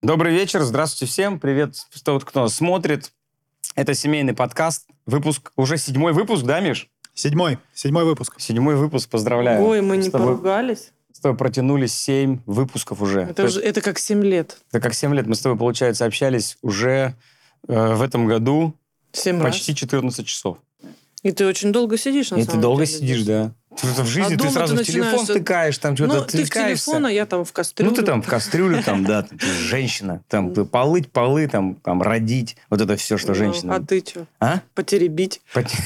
Добрый вечер, здравствуйте всем, привет, кто нас смотрит. Это семейный подкаст, выпуск, уже 7-й выпуск, да, Миш? Седьмой выпуск. 7-й выпуск, поздравляю. Ой, мы не поругались. С тобой протянули 7 выпусков уже. Это как 7 лет. Это как 7 лет. Мы с тобой, получается, общались уже в этом году 7 почти 14 часов. И ты очень долго сидишь, на самом деле. И ты долго сидишь, да. В жизни ты сразу в телефон втыкаешь, там что-то отвлекаешься. Ты в телефон, а я там в кастрюлю. Ну, ты там в кастрюлю, там, да, ты женщина. Там полыть полы, там родить. Вот это все, что женщина. А ты что? А? Потеребить.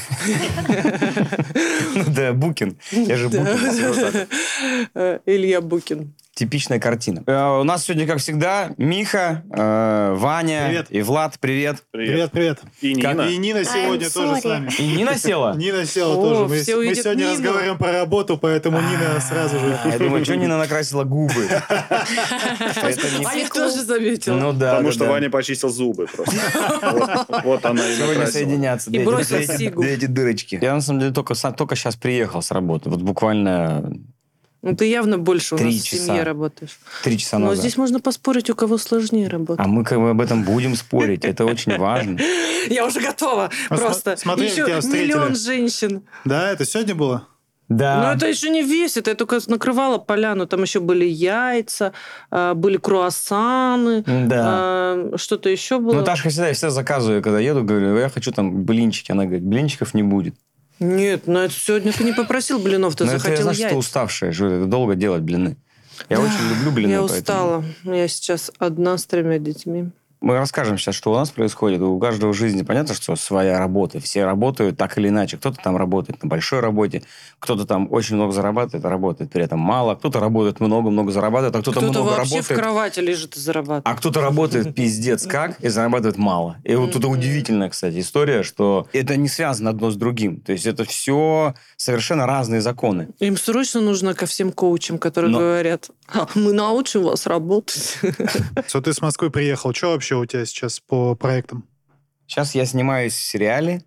Ну да, Букин. Я же Букин. Илья Букин. Типичная картина. У нас сегодня, как всегда, Миха, Ваня Привет. и Влад. Привет. Привет. И Нина. И Нина сегодня тоже с нами. И Нина села? Нина села тоже. Мы сегодня разговариваем про работу, поэтому Нина сразу же... Я думаю, что Нина накрасила губы? Ваня тоже заметил. Ну да. Потому что Ваня почистил зубы просто. Вот она и Сегодня накрасила. соединятся И бросил сигу. эти дырочки. Я, на самом деле, только сейчас приехал с работы. Вот буквально Ну, ты явно больше у 3 нас в часа. семье работаешь. 3 часа Но назад. здесь можно поспорить, у кого сложнее работать. А мы как бы об этом будем спорить. Это очень важно. Я уже готова. Просто смотри, еще тебя встретили. миллион женщин. Да, это сегодня было? Но Да. это еще не весит. Я только накрывала поляну. Там еще были яйца, были круассаны, Да. что-то еще было. Ну, Ташка всегда заказываю, когда еду, говорю, я хочу там блинчики. Она говорит, блинчиков не будет. Нет, но это сегодня ты не попросил блинов, ты Но это я захотел знаю, что яйца. ты уставшая, что это долго делать блины. Я Да, очень люблю блины. Я поэтому устала. Я сейчас одна с 3 детьми. Мы расскажем сейчас, что у нас происходит. У каждого в жизни понятно, что своя работа. Все работают так или иначе. Кто-то там работает на большой работе, кто-то там очень много зарабатывает, а работает при этом мало. Кто-то работает много зарабатывает, а кто-то много вообще работает. в кровати лежит и зарабатывает. А кто-то работает пиздец как и зарабатывает мало. И вот тут удивительная, кстати, история, что это не связано одно с другим. То есть это все совершенно разные законы. Им срочно нужно ко всем коучам, которые Но- говорят, мы научим вас работать. Что ты с Москвы приехал? Что вообще у тебя сейчас по проектам? Сейчас я снимаюсь в сериале.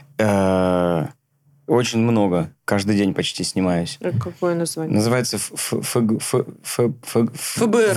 Очень много. Каждый день почти снимаюсь. Какое название? Называется ФБР.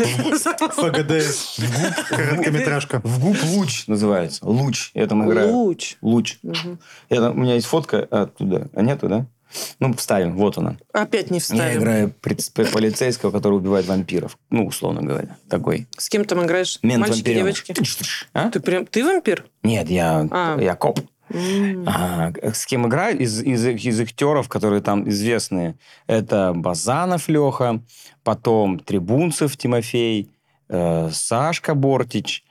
ФГДС. Короткометражка. ВГУП Луч называется. Луч. Я там играю. Луч. Луч. Мгм. У меня есть фотка оттуда. А нету, да? Ну, вставим. Вот она. Опять не Я вставим. играю полицейского, который убивает вампиров. Ну, условно говоря. Такой. С кем там играешь? Мент Мальчики, вампиреныш. девочки? А? Ты вампир? Нет, я коп. М. С кем играю? Из актеров, которые там известные. Это Базанов Леха, потом Трибунцев Тимофей, Сашка Бортич.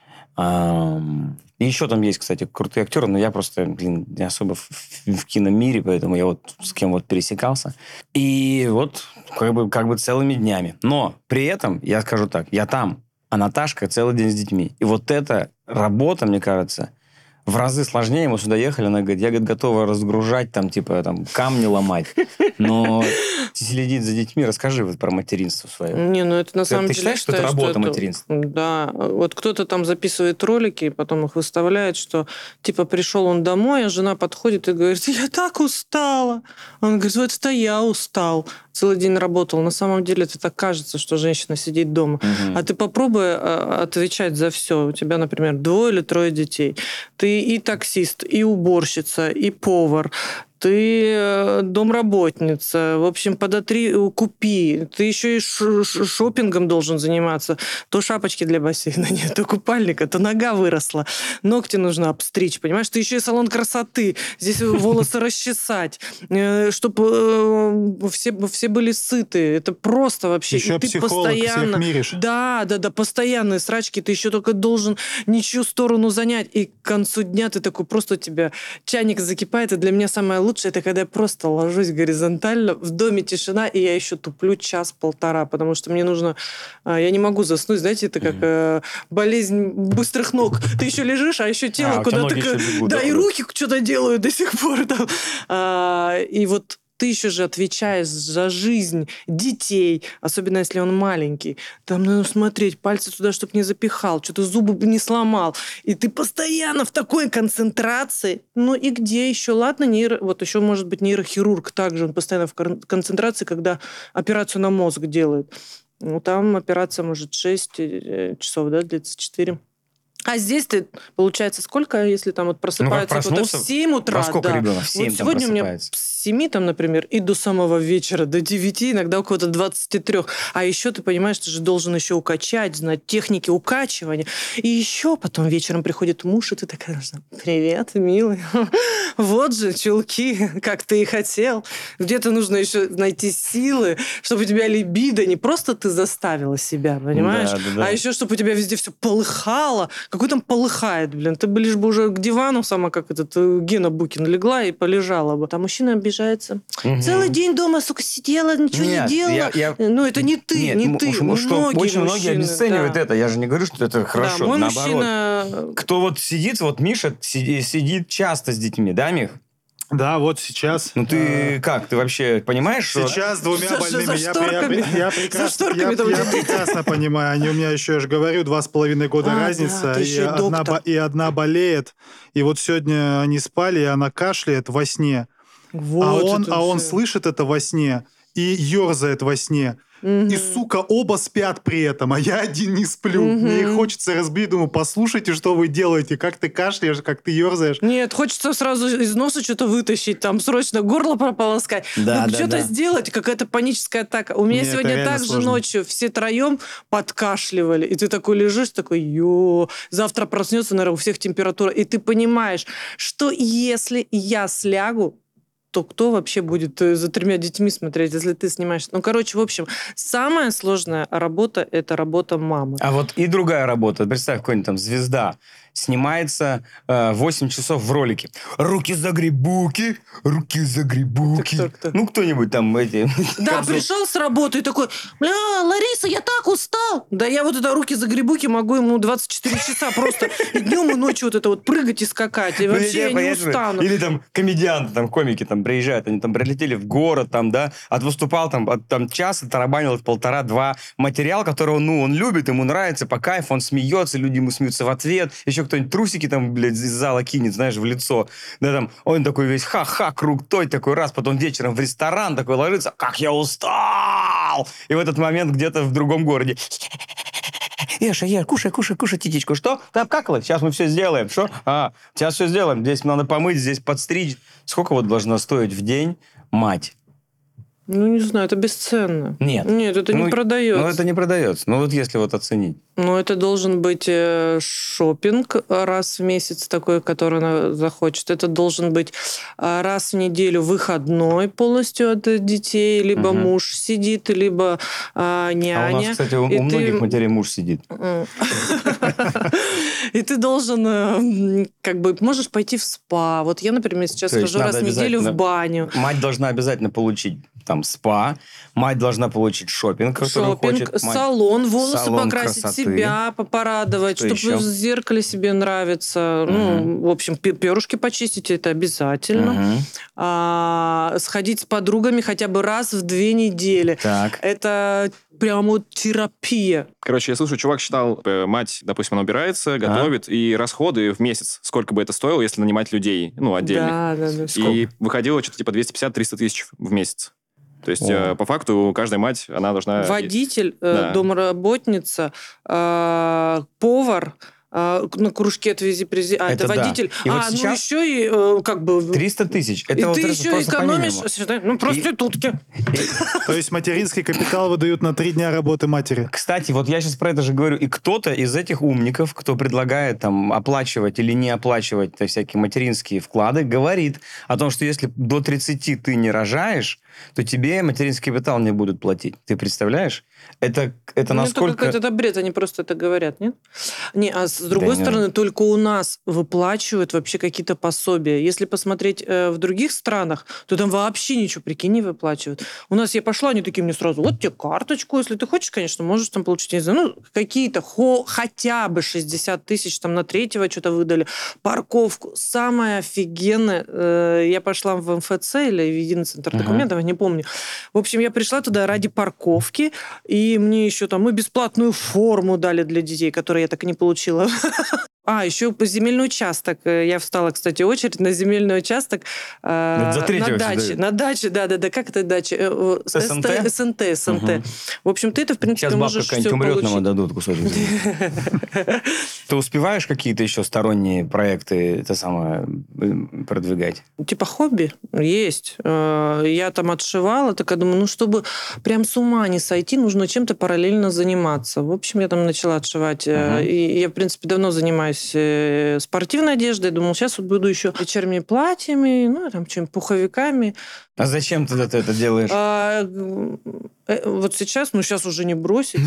И еще там есть, кстати, крутые актеры, но я просто, не особо в киномире, поэтому я вот с кем вот пересекался. И вот как бы целыми днями. Но при этом, я скажу так, я там, а Наташка целый день с детьми. И вот эта работа, мне кажется, в разы сложнее. Мы сюда ехали, она говорит, я готова разгружать, там, типа, там, камни ломать, но следить за детьми. Расскажи вот про материнство свое. Не, ну это на самом Ты деле... считаешь, что это работа материнства? Да. Вот кто-то там записывает ролики, и потом их выставляет, что типа пришел он домой, а жена подходит и говорит, я так устала. Он говорит, вот это я устал. Целый день работал. На самом деле это так кажется, что женщина сидит дома. А ты попробуй отвечать за все. У тебя, например, 2 или 3 детей. Ты и таксист, и уборщица, и повар. Ты домработница, в общем, подотри, купи. Ты еще и шопингом должен заниматься. То шапочки для бассейна нет, то купальника, то нога выросла. Ногти нужно обстричь, понимаешь? Ты еще и салон красоты. Здесь волосы расчесать, чтобы все были сыты. Это просто вообще. Еще И ты психолог, всех миришь. Да, постоянные срачки. Ты еще только должен ничью сторону занять. И к концу дня ты такой, просто у тебя чайник закипает. И для меня самое лучшее, это когда я просто ложусь горизонтально, в доме тишина, и я еще туплю 1-1.5, потому что мне нужно... Я не могу заснуть, знаете, это как болезнь быстрых ног. Ты еще лежишь, а еще тело куда-то... Да, и руки что-то делают до сих пор. И вот ты еще же отвечаешь за жизнь детей, особенно если он маленький. Там надо смотреть, пальцы туда, чтобы не запихал, что-то зубы бы не сломал. И ты постоянно в такой концентрации. Ну и где еще? Ладно, вот еще может быть нейрохирург также, он постоянно в концентрации, когда операцию на мозг делает. Ну, там операция может 6 часов, да, длится 4. А здесь ты, получается, сколько, если там вот просыпаются кто-то в 7 утра? Во сколько ребенок? В 7 вот сегодня у меня с 7, там, например, и до самого вечера, до 9, иногда у кого-то 23. А еще ты понимаешь, ты же должен еще укачать, знать техники укачивания. И еще потом вечером приходит муж, и ты такая, привет, милый. Вот же чулки, как ты и хотел. Где-то нужно еще найти силы, чтобы у тебя либидо не просто ты заставила себя, понимаешь? Да. А еще, чтобы у тебя везде все полыхало. Какой там полыхает, блин? Ты бы лишь бы уже к дивану сама, как Гена Букин, легла и полежала бы. Там мужчина обижается. Целый день дома, сука, сидела, ничего не делала. Ну, это не ты, не ты. Очень многие обесценивают это. Я же не говорю, что это хорошо. Мой наоборот. мужчина... Кто вот сидит, вот Миша сидит часто с детьми, да, Мих? Да, вот сейчас. Ну ты как? Ты вообще понимаешь, что... Сейчас с двумя больными. Я прекрасно понимаю. Они у меня еще, я же говорю, 2,5 года разница. И одна болеет. И вот сегодня они спали, и она кашляет во сне. А он слышит это во сне и ерзает во сне. И, сука, оба спят при этом, а я один не сплю. Мне хочется разбить, думаю, послушайте, что вы делаете, как ты кашляешь, как ты ерзаешь. Нет, хочется сразу из носа что-то вытащить, там срочно горло прополоскать. Что-то сделать, какая-то паническая атака. У меня сегодня также ночью все троем подкашливали, и ты такой лежишь, такой, завтра проснется, наверное, у всех температура, и ты понимаешь, что если я слягу, то кто вообще будет за 3 детьми смотреть, если ты снимаешь? Ну, короче, в общем, самая сложная работа – это работа мамы. А вот и другая работа. Представь, какой-нибудь там звезда снимается 8 часов в ролике. Руки за грибуки. Кто? Ну, кто-нибудь там эти... Да, пришел с работы и такой, Лариса, я так устал. Да я вот это руки за грибуки могу ему 24 часа просто и днем, и ночью вот это вот прыгать и скакать. И вообще я не устану. Или там комедианты, там комики там приезжают, они там прилетели в город, там, да, отвыступал там час, тарабанил 1,5-2 материал, который он любит, ему нравится, по кайфу, он смеется, люди ему смеются в ответ, еще кто-нибудь трусики там, блядь, из зала кинет, знаешь, в лицо. Да, там, он такой весь ха-ха, крутой такой раз, потом вечером в ресторан такой ложится, как я устал! И в этот момент где-то в другом городе ешь, кушай, титичку. Что? Ты обкакалась? Сейчас мы все сделаем. Что? Сейчас все сделаем. Здесь надо помыть, здесь подстричь. Сколько вот должна стоить в день мать? Ну, не знаю, это бесценно. Нет. Нет, это не продается. Ну, это не продается. Ну, вот если вот оценить. Ну, это должен быть шопинг раз в месяц такой, который она захочет. Это должен быть раз в неделю выходной полностью от детей. Либо муж сидит, либо няня. А у нас, кстати, у многих матерей муж сидит. И ты должен, можешь пойти в спа. Вот я, например, сейчас хожу раз в неделю в баню. Мать должна обязательно получить там спа, мать должна получить шопинг, который хочет. Салон, волосы покрасить, красоты. Себя порадовать, чтобы в зеркале себе нравится. Ну, в общем, перышки почистить, это обязательно. Сходить с подругами хотя бы раз в 2 недели. Так. Это прямо терапия. Короче, я слышу, чувак считал, мать, допустим, она убирается, готовит, и расходы в месяц, сколько бы это стоило, если нанимать людей, отдельных. Да. И выходило что-то типа 250-300 тысяч в месяц. То есть, по факту, каждая мать, она должна... Водитель, домработница, повар... на кружке отвези-привези. Это водитель. И вот сейчас еще и 300 тысяч. Это и вот ты еще экономишь. Проститутки. То есть материнский капитал выдают на 3 дня работы матери. Кстати, вот я сейчас про это же говорю. И кто-то из этих умников, кто предлагает там оплачивать или не оплачивать всякие материнские вклады, говорит о том, что если до 30 ты не рожаешь, то тебе материнский капитал не будут платить. Ты представляешь? Это насколько... Это бред, они просто это говорят, нет? Не, а с другой стороны, только у нас выплачивают вообще какие-то пособия. Если посмотреть в других странах, то там вообще ничего, прикинь, не выплачивают. У нас я пошла, они такие мне сразу, вот тебе карточку, если ты хочешь, конечно, можешь там получить, не знаю, какие-то хотя бы 60 тысяч там на 3-го что-то выдали, парковку. Самое офигенное, я пошла в МФЦ или в Единый центр документов, не помню. В общем, я пришла туда ради парковки, и мне еще там и бесплатную форму дали для детей, которую я так и не получила. Еще земельный участок. Я встала, кстати, очередь на земельный участок За третьего на даче, да. Как это дача? СНТ. Угу. В общем, ты это, в принципе, Сейчас бабка можешь какая-нибудь все умрет, получить. нам дадут кусочек земли. Ты успеваешь какие-то еще сторонние проекты продвигать? Типа хобби есть. Я там отшивала, такая думаю, чтобы прям с ума не сойти, нужно чем-то параллельно заниматься. В общем, я там начала отшивать. И я, в принципе, давно занимаюсь спортивной одеждой. Думала, сейчас буду еще вечерними платьями, чем-нибудь пуховиками. А зачем тогда ты это делаешь? Вот сейчас уже не бросить.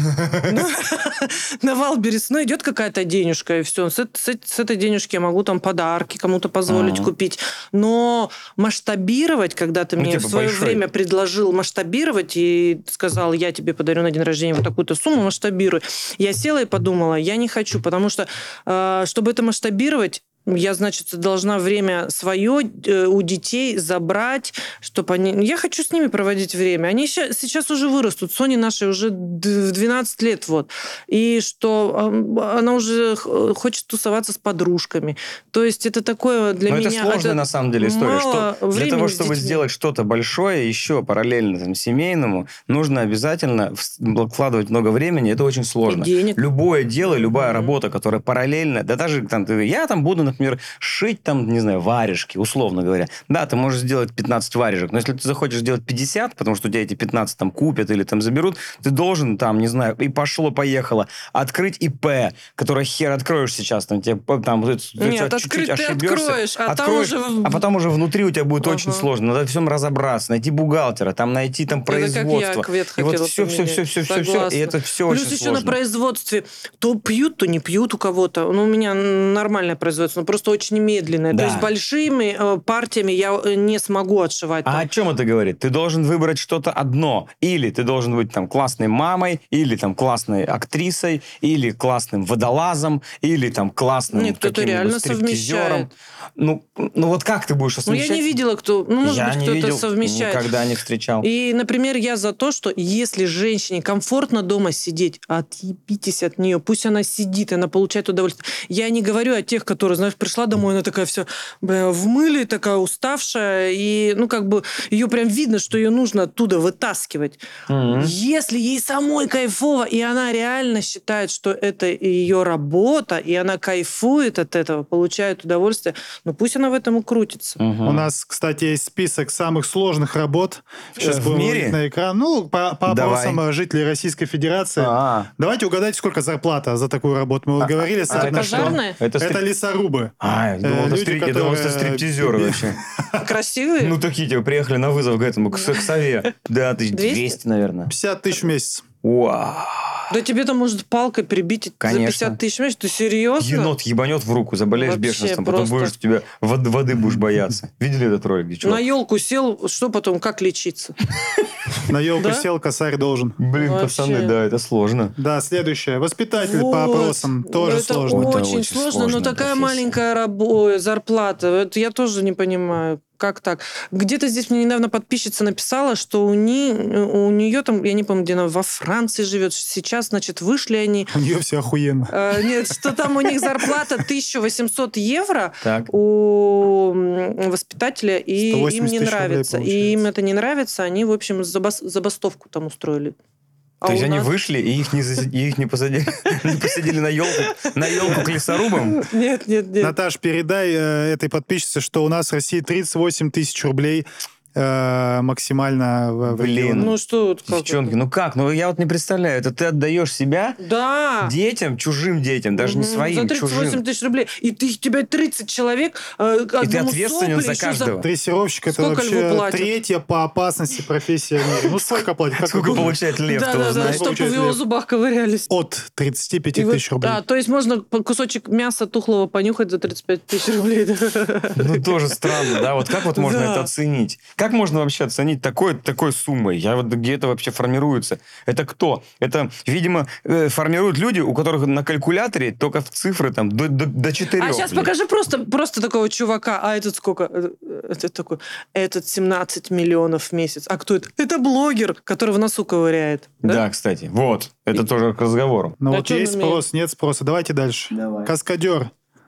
На Валберес, идет какая-то денежка, и все. С этой денежки я могу там подарки кому-то позволить купить. Но масштабировать, когда ты мне в свое время предложил масштабировать и сказал, я тебе подарю на день рождения вот такую-то сумму, масштабируй. Я села и подумала, я не хочу, потому что, чтобы это масштабировать, я, значит, должна время свое у детей забрать, чтобы они... Я хочу с ними проводить время. Они сейчас уже вырастут. Соне нашей уже в 12 лет. И что она уже хочет тусоваться с подружками. То есть это такое для меня... Это сложная, на самом деле, история. Для того, чтобы сделать что-то большое, еще параллельно семейному, нужно обязательно вкладывать много времени. Это очень сложно. И денег. Любое дело, любая работа, которая параллельно... Да даже я буду, например, шить варежки, условно говоря. Да, ты можешь сделать 15 варежек, но если ты захочешь сделать 50, потому что у тебя эти 15 купят или заберут, ты должен и пошло-поехало открыть ИП, которое хер откроешь сейчас. Нет, чуть-чуть ты откроешь, а потом уже внутри у тебя будет очень сложно. Надо во всем разобраться, найти бухгалтера, найти производство. И вот все, и это все очень сложно. Плюс еще на производстве то пьют, то не пьют у кого-то. У меня нормальное производство, но просто очень медленное. Да. То есть большими партиями я не смогу отшивать. А о чем это говорит? Ты должен выбрать что-то одно. Или ты должен быть классной мамой, или классной актрисой, или классным водолазом, или классным каким-нибудь стриптизером. Вот как ты будешь совмещать? Я не видела, может я быть, не кто-то видел, совмещает. Никогда не встречал. И, например, я за то, что если женщине комфортно дома сидеть, отъебитесь от нее. Пусть она сидит, она получает удовольствие. Я не говорю о тех, которые, пришла домой, она такая вся в мыле, такая уставшая, и, ее прям видно, что ее нужно оттуда вытаскивать. Если ей самой кайфово, и она реально считает, что это ее работа, и она кайфует от этого, получает удовольствие, пусть она в этом и крутится. У нас, кстати, есть список самых сложных работ. Сейчас в будем мире? на экран. По опросам жителей Российской Федерации. Давайте угадайте, сколько зарплата за такую работу. Мы говорили с это пожарные? Это лесорубы. Я думал, это стриптизеры вообще. Красивые? Такие, приехали на вызов к сове. Да, 200, наверное. 50 тысяч в месяц. Вау. Да тебе там может палкой прибить за 50 тысяч в месяц. Ты серьезно? Енот ебанет в руку, заболеешь Вообще бешенством, просто. потом будешь тебя воды будешь бояться. Видели этот ролик, где чувак? На елку сел, что потом, как лечиться? На елку сел, косарь должен. Блин, Вообще. пацаны, да, это сложно. Да, следующее. Воспитатель по опросам. Тоже это сложно. Очень сложно, но такая маленькая зарплата. Это я тоже не понимаю. Как так? Где-то здесь мне недавно подписчица написала, что у нее там, я не помню, где она, во Франции живет. Сейчас, вышли они... У нее все охуенно. Нет, что там у них зарплата 1800 евро Так. у воспитателя, и им не 180 тысяч нравится. рублей, И им это не нравится, они, в общем, забастовку там устроили. То есть у они нас? вышли, и их не посадили на елку к лесорубам? Нет. Наташ, передай этой подписчице, что у нас в России 38 тысяч рублей максимально в регионе. Ну что, Девчонки, как? Я не представляю. Это ты отдаешь себя детям, чужим детям, даже не своим, за 38 чужим. тысяч рублей. И тебя 30 человек, И ты ответственен за каждого. Дрессировщик — это вообще третья по опасности профессия в мире. Сколько платят? Сколько получает лев, ты узнаешь? чтобы в его зубах ковырялись. От 35 тысяч рублей. Да, то есть можно кусочек мяса тухлого понюхать за 35 тысяч рублей. Тоже странно, да? Как можно это оценить? Как можно вообще оценить такой суммой? Где это вообще формируется? Это кто? Это, видимо, формируют люди, у которых на калькуляторе только в цифры до 4. А сейчас покажи просто такого чувака. А этот сколько? Этот такой. Этот 17 миллионов в месяц. А кто это? Это блогер, который в носу ковыряет. Да, кстати. Это тоже к разговору. Но есть спрос, нет спроса. Давайте дальше. Давай. Каскадер.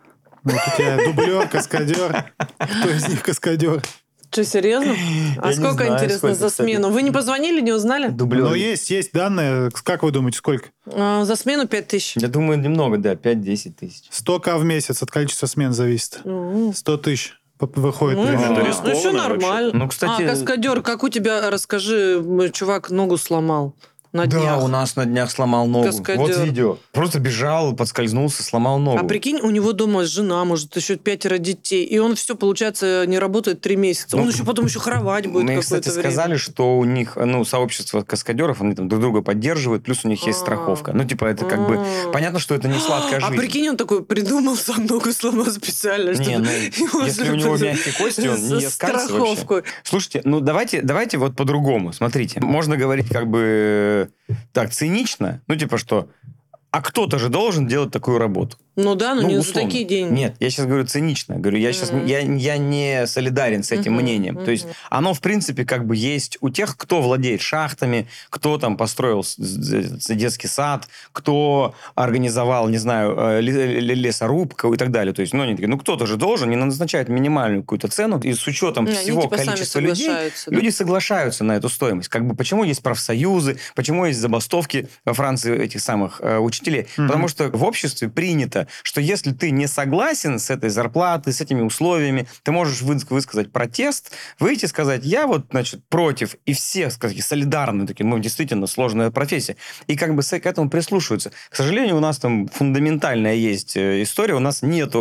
Вот у тебя дублер, каскадер. Кто из них каскадер? Что, серьезно? А Я не сколько, знаю, интересно, сколько, за кстати. смену? Вы не позвонили, не узнали? Дублер. Но есть данные. Как вы думаете, сколько? За смену 5000. Я думаю, немного, да, 5-10 тысяч. 100к в месяц от количества смен зависит. 100 тысяч выходит Ну, примерно. это да. рискованно Еще вообще. нормально. Ну, кстати- каскадер, как у тебя, расскажи, чувак ногу сломал на Да, днях. у нас на днях сломал ногу. Каскадер. Вот видео. Просто бежал, подскользнулся, сломал ногу. А прикинь, у него дома жена, может, еще 5 детей. И он все, получается, не работает 3 месяца. Он еще потом еще хоровать будет Мне, какое-то кстати, время. сказали, что у них, сообщество каскадеров, они там друг друга поддерживают, плюс у них есть страховка. Ну, типа, это как бы... Понятно, что это не сладкая А жизнь. прикинь, он такой придумал, сам ногу сломал специально, Не, чтобы... его если у него мягкие кости, он не ест кальций вообще. страховку. Слушайте, давайте вот по-другому. Смотрите, можно говорить как бы так цинично, типа что, а кто-то же должен делать такую работу. Ну да, но не за условно. такие деньги. Нет, я сейчас говорю цинично. Говорю, я сейчас я не солидарен с этим мнением. То есть оно, в принципе, как бы есть у тех, кто владеет шахтами, кто там построил детский сад, кто организовал, не знаю, лесорубку и так далее. То есть, они такие, кто-то же должен, не назначает минимальную какую-то цену, и с учетом Они всего типа сами количества людей, соглашаются, да? люди соглашаются на эту стоимость. Как бы почему есть профсоюзы, почему есть забастовки во Франции этих самых учителей? Потому что в обществе принято, что если ты не согласен с этой зарплатой, с этими условиями, ты можешь высказать протест, выйти и сказать, я против, и все, сказать, солидарны, такие, действительно сложная профессия. И как бы к этому прислушиваются. К сожалению, у нас там фундаментальная есть история, у нас нету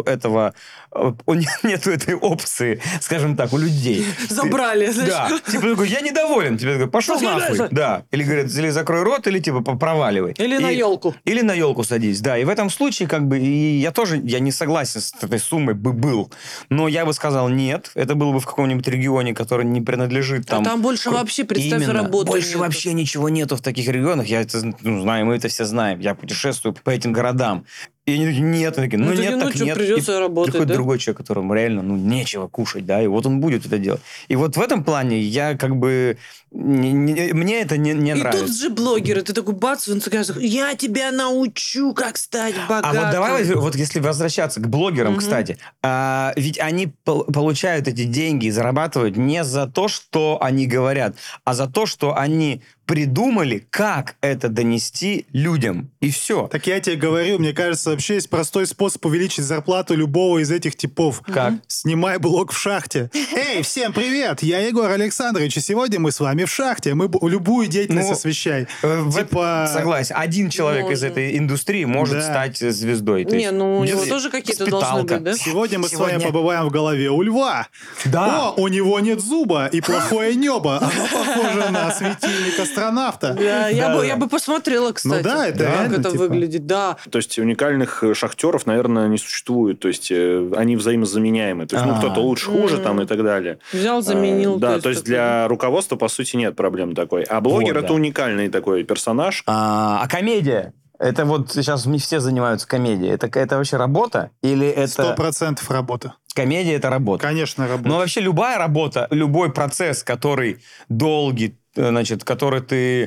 этой опции, скажем так, у людей. Забрали, знаешь. Да. Типа такой, я недоволен. Тебе такой, пошел нахуй. Да. Или говорят, или закрой рот, или типа проваливай. Или на елку. Или на елку садись, да. И в этом случае, как бы, и я не согласен с этой суммой бы был. Но я бы сказал, нет. Это было бы в каком-нибудь регионе, который не принадлежит там... А там больше вообще, представь, Именно. работы Больше нету. вообще ничего нету в таких регионах. Я это знаю, мы это все знаем. Я путешествую по этим городам. И они такие, нет. Они такие, нет, так нет. придется И работать, приходит да? другой человек, которому реально, нечего кушать, да, и вот он будет это делать. И вот в этом плане я как бы... Мне это не И нравится. тут же блогеры, ты такой бац, он скажет, я тебя научу, как стать богатым. А вот давай, вот если возвращаться к блогерам, кстати, ведь они получают эти деньги и зарабатывают не за то, что они говорят, а за то, что они придумали, как это донести людям. И все. Так я тебе говорю, мне кажется, вообще есть простой способ увеличить зарплату любого из этих типов. Как? Снимай блог в шахте. Эй, всем привет! Я Егор Александрович, и сегодня мы с вами в шахте. Мы любую деятельность освещай. Согласен. Один человек из этой индустрии может стать звездой. То Не, есть, у него тоже какие-то должны быть, да? Сегодня мы с вами побываем в голове у льва. Да. О, у него нет зуба и плохое небо. Оно похоже на светильник астронавта. Да, я бы посмотрела, кстати. Ну да, это как реально, это типа. выглядит, да. То есть уникальных шахтеров, наверное, не существует. То есть они взаимозаменяемы. То есть кто-то лучше, хуже там и так далее. Взял, заменил. Да, то есть для руководства, по сути, нет проблем такой. А блогер это уникальный такой персонаж. А комедия? Это вот сейчас все занимаются комедией. Это вообще работа? Или это... 100% работа. Комедия – это работа? Конечно, работа. Но вообще любая работа, любой процесс, который долгий, который ты...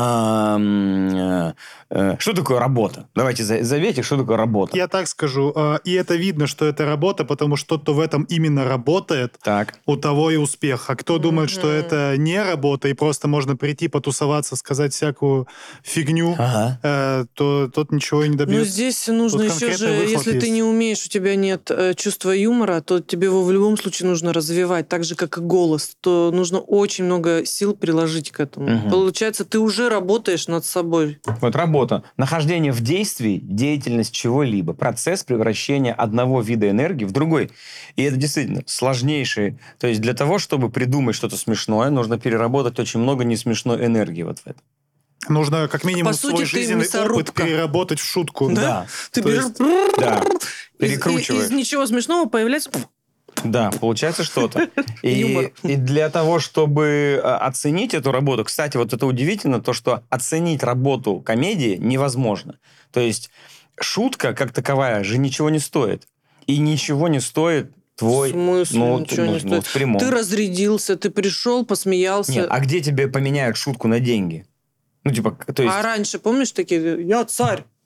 Что такое работа? Давайте заветьте, что такое работа. Я так скажу, и это видно, что это работа, потому что тот, кто в этом именно работает, Так. у того и успех. А кто думает, что это не работа, и просто можно прийти, потусоваться, сказать всякую фигню, то тот ничего и не добьется. Ну, здесь нужно Тут еще же, конкретный выход если ты есть. не умеешь, у тебя нет чувства юмора, то тебе его в любом случае нужно развивать, так же, как и голос. То нужно очень много сил приложить к этому. Получается, ты уже работаешь над собой. Вот работа. Нахождение в действии, деятельность чего-либо. Процесс превращения одного вида энергии в другой. И это действительно сложнейшее. То есть для того, чтобы придумать что-то смешное, нужно переработать очень много несмешной энергии вот в этом. Нужно как минимум По сути, свой ты жизненный опыт мясорубка. переработать в шутку. Да. Ты То берешь... есть- Да. Из Перекручиваешь. ничего смешного появляется... Да, получается что-то. Юмор. И для того, чтобы оценить эту работу, кстати, вот это удивительно, то, что оценить работу комедии невозможно. То есть шутка, как таковая, же ничего не стоит. И ничего не стоит твой... В смысле ничего не стоит? в прямом. Ты разрядился, ты пришел, посмеялся. Нет, а где тебе поменяют шутку на деньги? То есть... А раньше, помнишь, такие, я царь.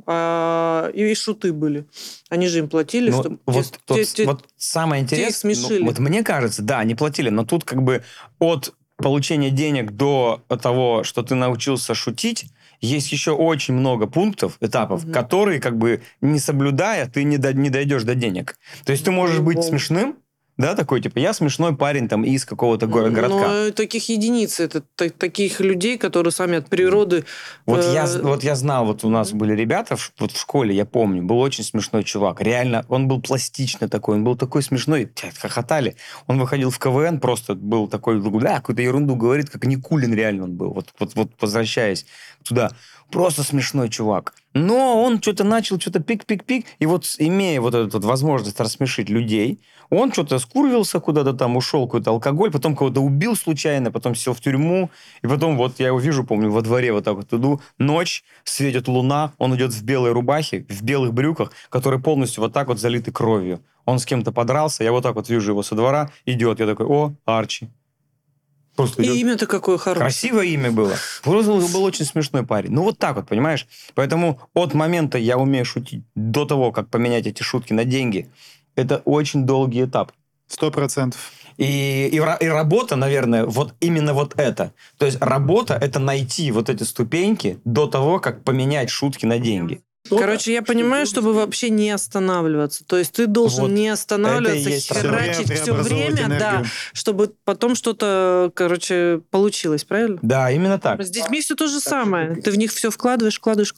и шуты были. Они же им платили, Ну, чтобы... вот самое интересное, вот мне кажется, да, они платили, но тут как бы от получения денег до того, что ты научился шутить, есть еще очень много пунктов, этапов, которые как бы не соблюдая, ты не дойдешь до денег. То есть ты можешь быть смешным, да, такой, типа, я смешной парень там из какого-то городка. Но таких единиц, это таких людей, которые сами от природы... Вот я знал, вот у нас были ребята вот в школе, я помню, был очень смешной чувак. Реально, он был пластичный такой, он был такой смешной, хохотали. Он выходил в КВН, просто был такой, какую-то ерунду говорит, как Никулин реально он был. Вот возвращаясь туда. Просто смешной чувак. Но он что-то начал, что-то пик-пик-пик, и вот имея вот эту возможность рассмешить людей, он что-то скурвился куда-то там, ушел какой-то алкоголь, потом кого-то убил случайно, потом сел в тюрьму, и потом вот я его вижу, помню, во дворе вот так вот иду, ночь, светит луна, он идет в белой рубахе, в белых брюках, которые полностью вот так вот залиты кровью. Он с кем-то подрался, я вот так вот вижу его со двора, идет, я такой, о, Арчи. Просто и имя-то какое хорошее. Красивое имя было. Просто был очень смешной парень. Ну, вот так вот, понимаешь? Поэтому от момента я умею шутить до того, как поменять эти шутки на деньги, это очень долгий этап. 100%. И работа, наверное, вот именно вот это. То есть работа – это найти вот эти ступеньки до того, как поменять шутки на деньги. Короче, я понимаю, чтобы вообще не останавливаться. То есть ты должен вот не останавливаться, херачить все время, да, чтобы потом что-то, получилось, правильно? Да, именно так. С детьми все то же самое. Ты в них все вкладываешь,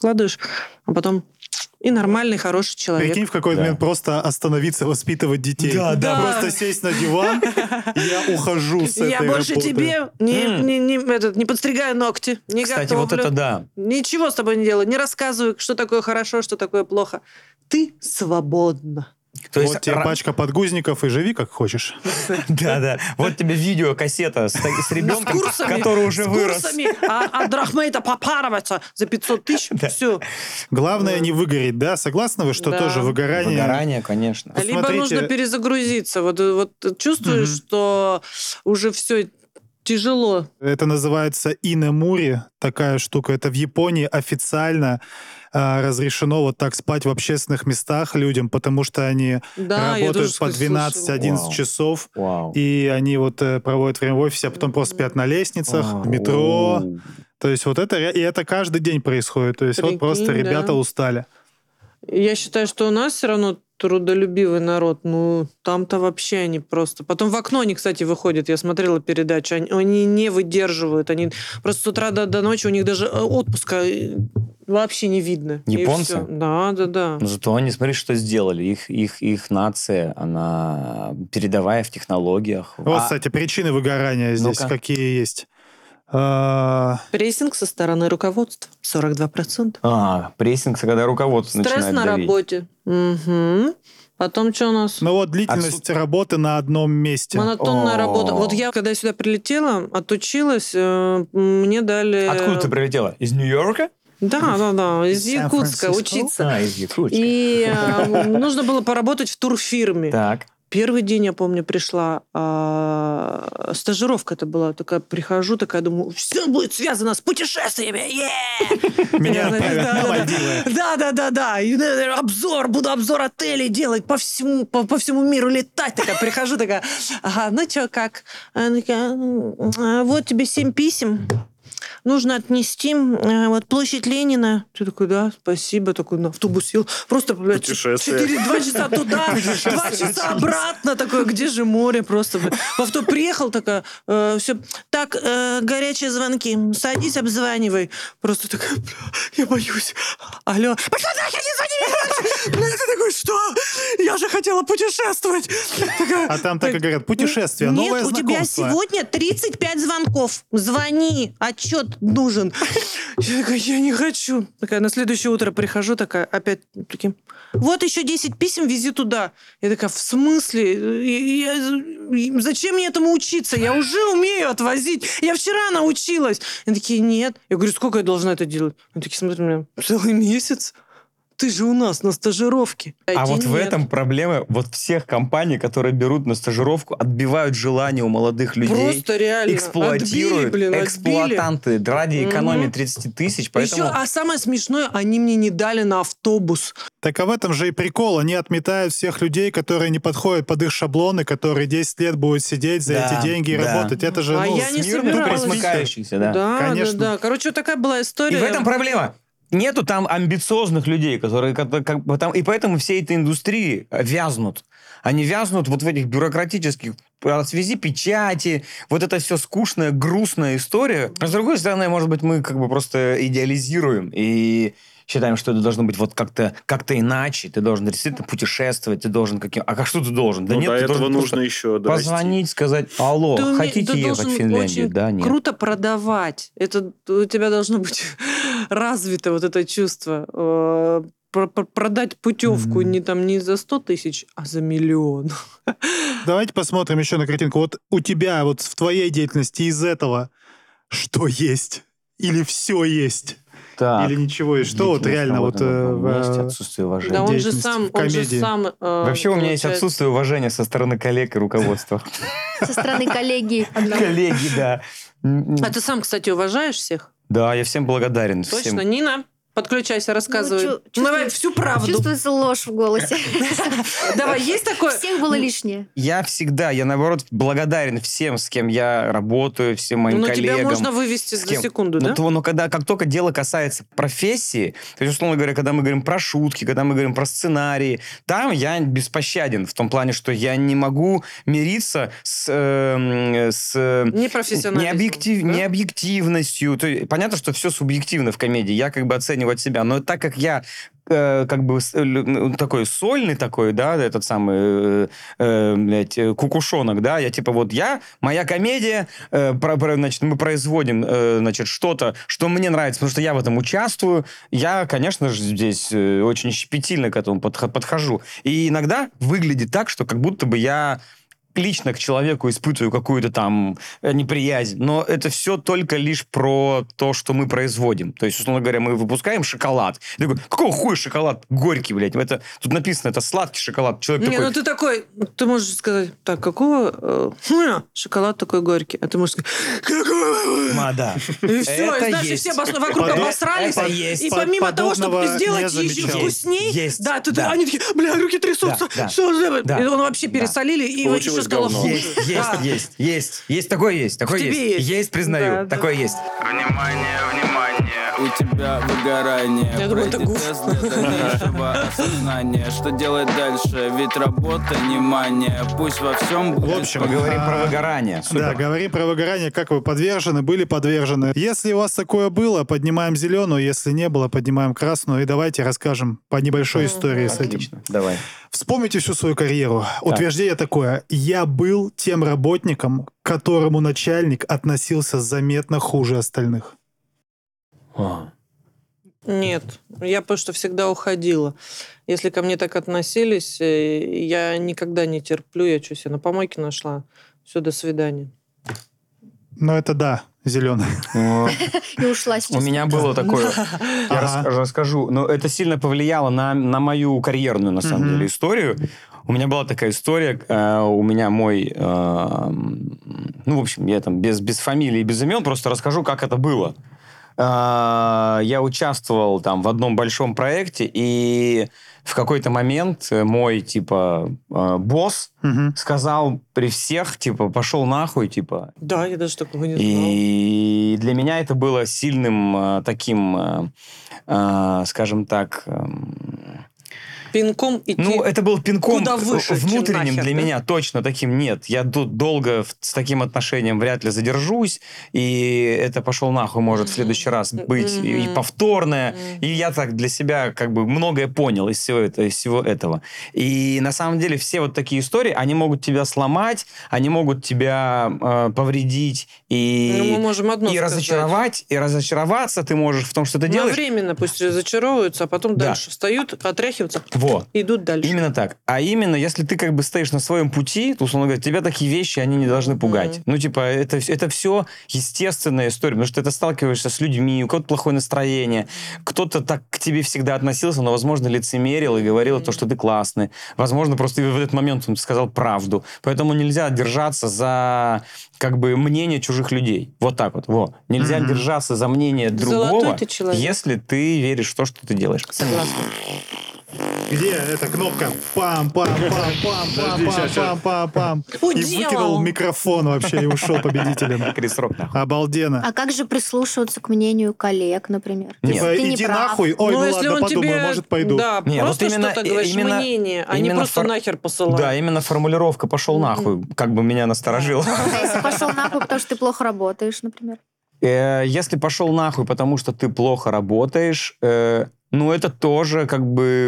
а потом... И нормальный, хороший человек. Прикинь, в какой-то момент просто остановиться, воспитывать детей. Да. Просто сесть на диван, я ухожу с этой работы. Я больше тебе не подстригаю ногти, не Кстати, готовлю. вот это да. Ничего с тобой не делаю, не рассказываю, что такое хорошо, что такое плохо. Ты свободна. То есть тебе пачка подгузников и живи как хочешь. Да. Вот тебе видеокассета с ребенком, который уже вырос. С курсами от Рахмейта Папаровича за 500 тысяч. Все. Главное не выгореть, да? Согласны вы, что тоже выгорание? Выгорание, конечно. Либо нужно перезагрузиться. Вот чувствуешь, что уже все тяжело. Это называется инэмури, такая штука. Это в Японии официально разрешено вот так спать в общественных местах людям, потому что они работают по 12-11 часов, и они вот проводят время в офисе, а потом просто спят на лестницах, в метро. То есть вот это, и это каждый день происходит. То есть вот просто ребята устали. Я считаю, что у нас все равно трудолюбивый народ. Ну, там-то вообще они просто... Потом в окно они, кстати, выходят. Я смотрела передачу. Они не выдерживают. Они просто с утра до ночи у них даже отпуска вообще не видно. Японцы? Да. Но зато они, смотри, что сделали. Их нация, она передовая в технологиях. Вот, кстати, причины выгорания здесь какие есть. Прессинг со стороны руководства 42%. Прессинг, когда руководство начинает давить. Стресс на работе. Угу. Потом что у нас? Ну вот длительность работы на одном месте. Монотонная работа. Вот я, когда сюда прилетела, отучилась, мне дали... Откуда ты прилетела? Из Нью-Йорка? Да, из Якутска учиться. Из Якутска. И нужно было поработать в турфирме. Так. Первый день, я помню, пришла, стажировка это была, такая, прихожу, такая, думаю, все будет связано с путешествиями, Меня отправят на Мальдивы. Да, буду обзор отелей делать, по всему миру летать, такая, прихожу, такая, ну что, как? Она такая, вот тебе 7 писем. Нужно отнести вот площадь Ленина. Ты такой, да, спасибо. Такой на автобус сел. Просто, блядь, 2 часа туда, 2 часа обратно. Такой, где же море? Просто, блядь. В авто приехал, такая, все. Так, горячие звонки. Садись, обзванивай. Просто такая, бля, я боюсь. Алло. Пошла нахер, не звони! Бля, ты такой, что? Я же хотела путешествовать. А там так и говорят, путешествие, новое знакомство. Нет, у тебя сегодня 35 звонков. Звони, отчет нужен. Я такая, я не хочу. Такая, на следующее утро прихожу, такая, опять, прикинь, вот еще 10 писем, вези туда. Я такая, в смысле? Зачем мне этому учиться? Я уже умею отвозить. Я вчера научилась. Они такие, нет. Я говорю, сколько я должна это делать? Они такие, смотри, у меня целый месяц. ты же у нас на стажировке. А вот в этом проблема вот всех компаний, которые берут на стажировку, отбивают желание у молодых людей. Просто реально. Эксплуатируют. Эксплуатанты ради экономии 30 тысяч. Поэтому... Еще, а самое смешное, они мне не дали на автобус. Так а в этом же и прикол. Они отметают всех людей, которые не подходят под их шаблоны, которые 10 лет будут сидеть за эти деньги и работать. Это же, я не собиралась. Присмыкающихся, Да, конечно. Да. Короче, вот такая была история. И в этом проблема. Нету там амбициозных людей, которые... И поэтому все эти индустрии вязнут. Они вязнут вот в этих бюрократических... Связи печати, вот это все скучная, грустная история. А с другой стороны, может быть, мы как бы просто идеализируем и считаем, что это должно быть вот как-то иначе. Ты должен действительно путешествовать, ты должен А что ты должен? Да ну, нет, до ты этого должен нужно еще позвонить, сказать: алло, хотите ехать в Финляндию? Да, нет. Круто продавать. Это у тебя должно быть развито вот это чувство. Продать путевку не за 100 тысяч, а за 1 миллион. Давайте посмотрим еще на картинку. Вот у тебя, вот в твоей деятельности из этого что есть? Или все есть? Так, или ничего есть? Что вот реально вот есть отсутствие уважения. Да, он же сам... Вообще у меня есть отсутствие уважения со стороны коллег и руководства. Со стороны коллеги. Коллеги, да. А ты сам, кстати, уважаешь всех? Да, я всем благодарен. Точно, Нина? Подключайся, рассказывай. Давай всю правду. Чувствуется ложь в голосе. Давай, есть такое? Всех было лишнее. Я наоборот, благодарен всем, с кем я работаю, всем моим коллегам. Тебя можно вывести за секунду, да? Но как только дело касается профессии, то есть, условно говоря, когда мы говорим про шутки, когда мы говорим про сценарии, там я беспощаден в том плане, что я не могу мириться с необъективностью. То есть, понятно, что все субъективно в комедии. Я как бы оцениваю себя. Но так как я как бы такой сольный такой, да, этот самый, кукушонок, да, я типа моя комедия, значит, мы производим, значит, что-то, что мне нравится, потому что я в этом участвую. Я, конечно же, здесь очень щепетильно к этому подхожу. И иногда выглядит так, что как будто бы я лично к человеку испытываю какую-то там неприязнь, но это все только лишь про то, что мы производим. То есть, условно говоря, мы выпускаем шоколад. Я такой: какого хуя шоколад горький, блядь? Тут написано, это сладкий шоколад. Человек такой... ты можешь сказать: так, какого хуя шоколад такой горький? А ты можешь сказать: какого? Да. И все, и значит, все вокруг обосрались. И помимо того, чтобы сделать еще вкусней, да, они такие: бля, руки трясутся. И он вообще пересолили, и еще сказал: есть, такое есть. Есть, признаю, такое есть. Внимание, у тебя выгорание. Я думаю, это гуф. Осознание, что делать дальше, ведь работа, внимание, пусть во всем будет. В общем, говорим про выгорание. Супер. Да, говорим про выгорание, как вы были подвержены. Если у вас такое было, поднимаем зеленую, если не было, поднимаем красную, и давайте расскажем по небольшой истории с этим. Отлично, давай. Вспомните всю свою карьеру. Утверждение такое: я был тем работником, к которому начальник относился заметно хуже остальных. Нет, я просто всегда уходила. Если ко мне так относились, я никогда не терплю. Я что, себе на помойке нашла? Все, до свидания. Ну, это да, зеленый. И ушла сейчас. У меня было такое, я расскажу, но это сильно повлияло на мою карьерную, на самом деле, историю. У меня была такая история, у меня мой, в общем, я там без фамилии и без имен просто расскажу, как это было. Я участвовал там в одном большом проекте, и в какой-то момент мой, босс сказал при всех, пошел нахуй, Да, я даже такого не знала. И для меня это было сильным таким, скажем так... Пинком идти это был пинком куда выше, внутренним нахер, для меня, точно таким нет. Я тут долго с таким отношением вряд ли задержусь, и это пошел нахуй может в следующий раз быть и повторное. И я так для себя как бы многое понял из всего этого. И на самом деле все вот такие истории, они могут тебя сломать, они могут тебя повредить и разочаровать, и разочароваться ты можешь в том, что ты делаешь. Временно пусть разочаровываются, а потом дальше встают, отряхиваются. Во. Идут дальше. Именно так. А именно, если ты как бы стоишь на своем пути, то, условно говоря, тебя такие вещи, они не должны пугать. Ну, типа, это все естественная история, потому что ты сталкиваешься с людьми, у кого-то плохое настроение, кто-то так к тебе всегда относился, но, возможно, лицемерил и говорил то, что ты классный. Возможно, просто в этот момент он сказал правду. Поэтому нельзя держаться за как бы мнение чужих людей. Вот так вот. Во. Нельзя держаться за мнение другого, если ты веришь в то, что ты делаешь. Согласна. Где эта кнопка? Пам-пам-пам-пам-пам-пам-пам. И Уделал. выкинул микрофон вообще и ушел победителем. Крис Рок, нахуй. Обалденно. А как же прислушиваться к мнению коллег, например? Нет. Типа, Ты не иди прав. нахуй. Ой, ну если ладно, он подумаю, тебе, может, пойду. Да, Не, просто вот именно- что-то говоришь, мнение, а не именно просто нахер посылать. Да, именно формулировка «пошел нахуй» как бы меня насторожила. А если пошел нахуй, потому что ты плохо работаешь, например? Если пошел нахуй, потому что ты плохо работаешь, ну, это тоже как бы...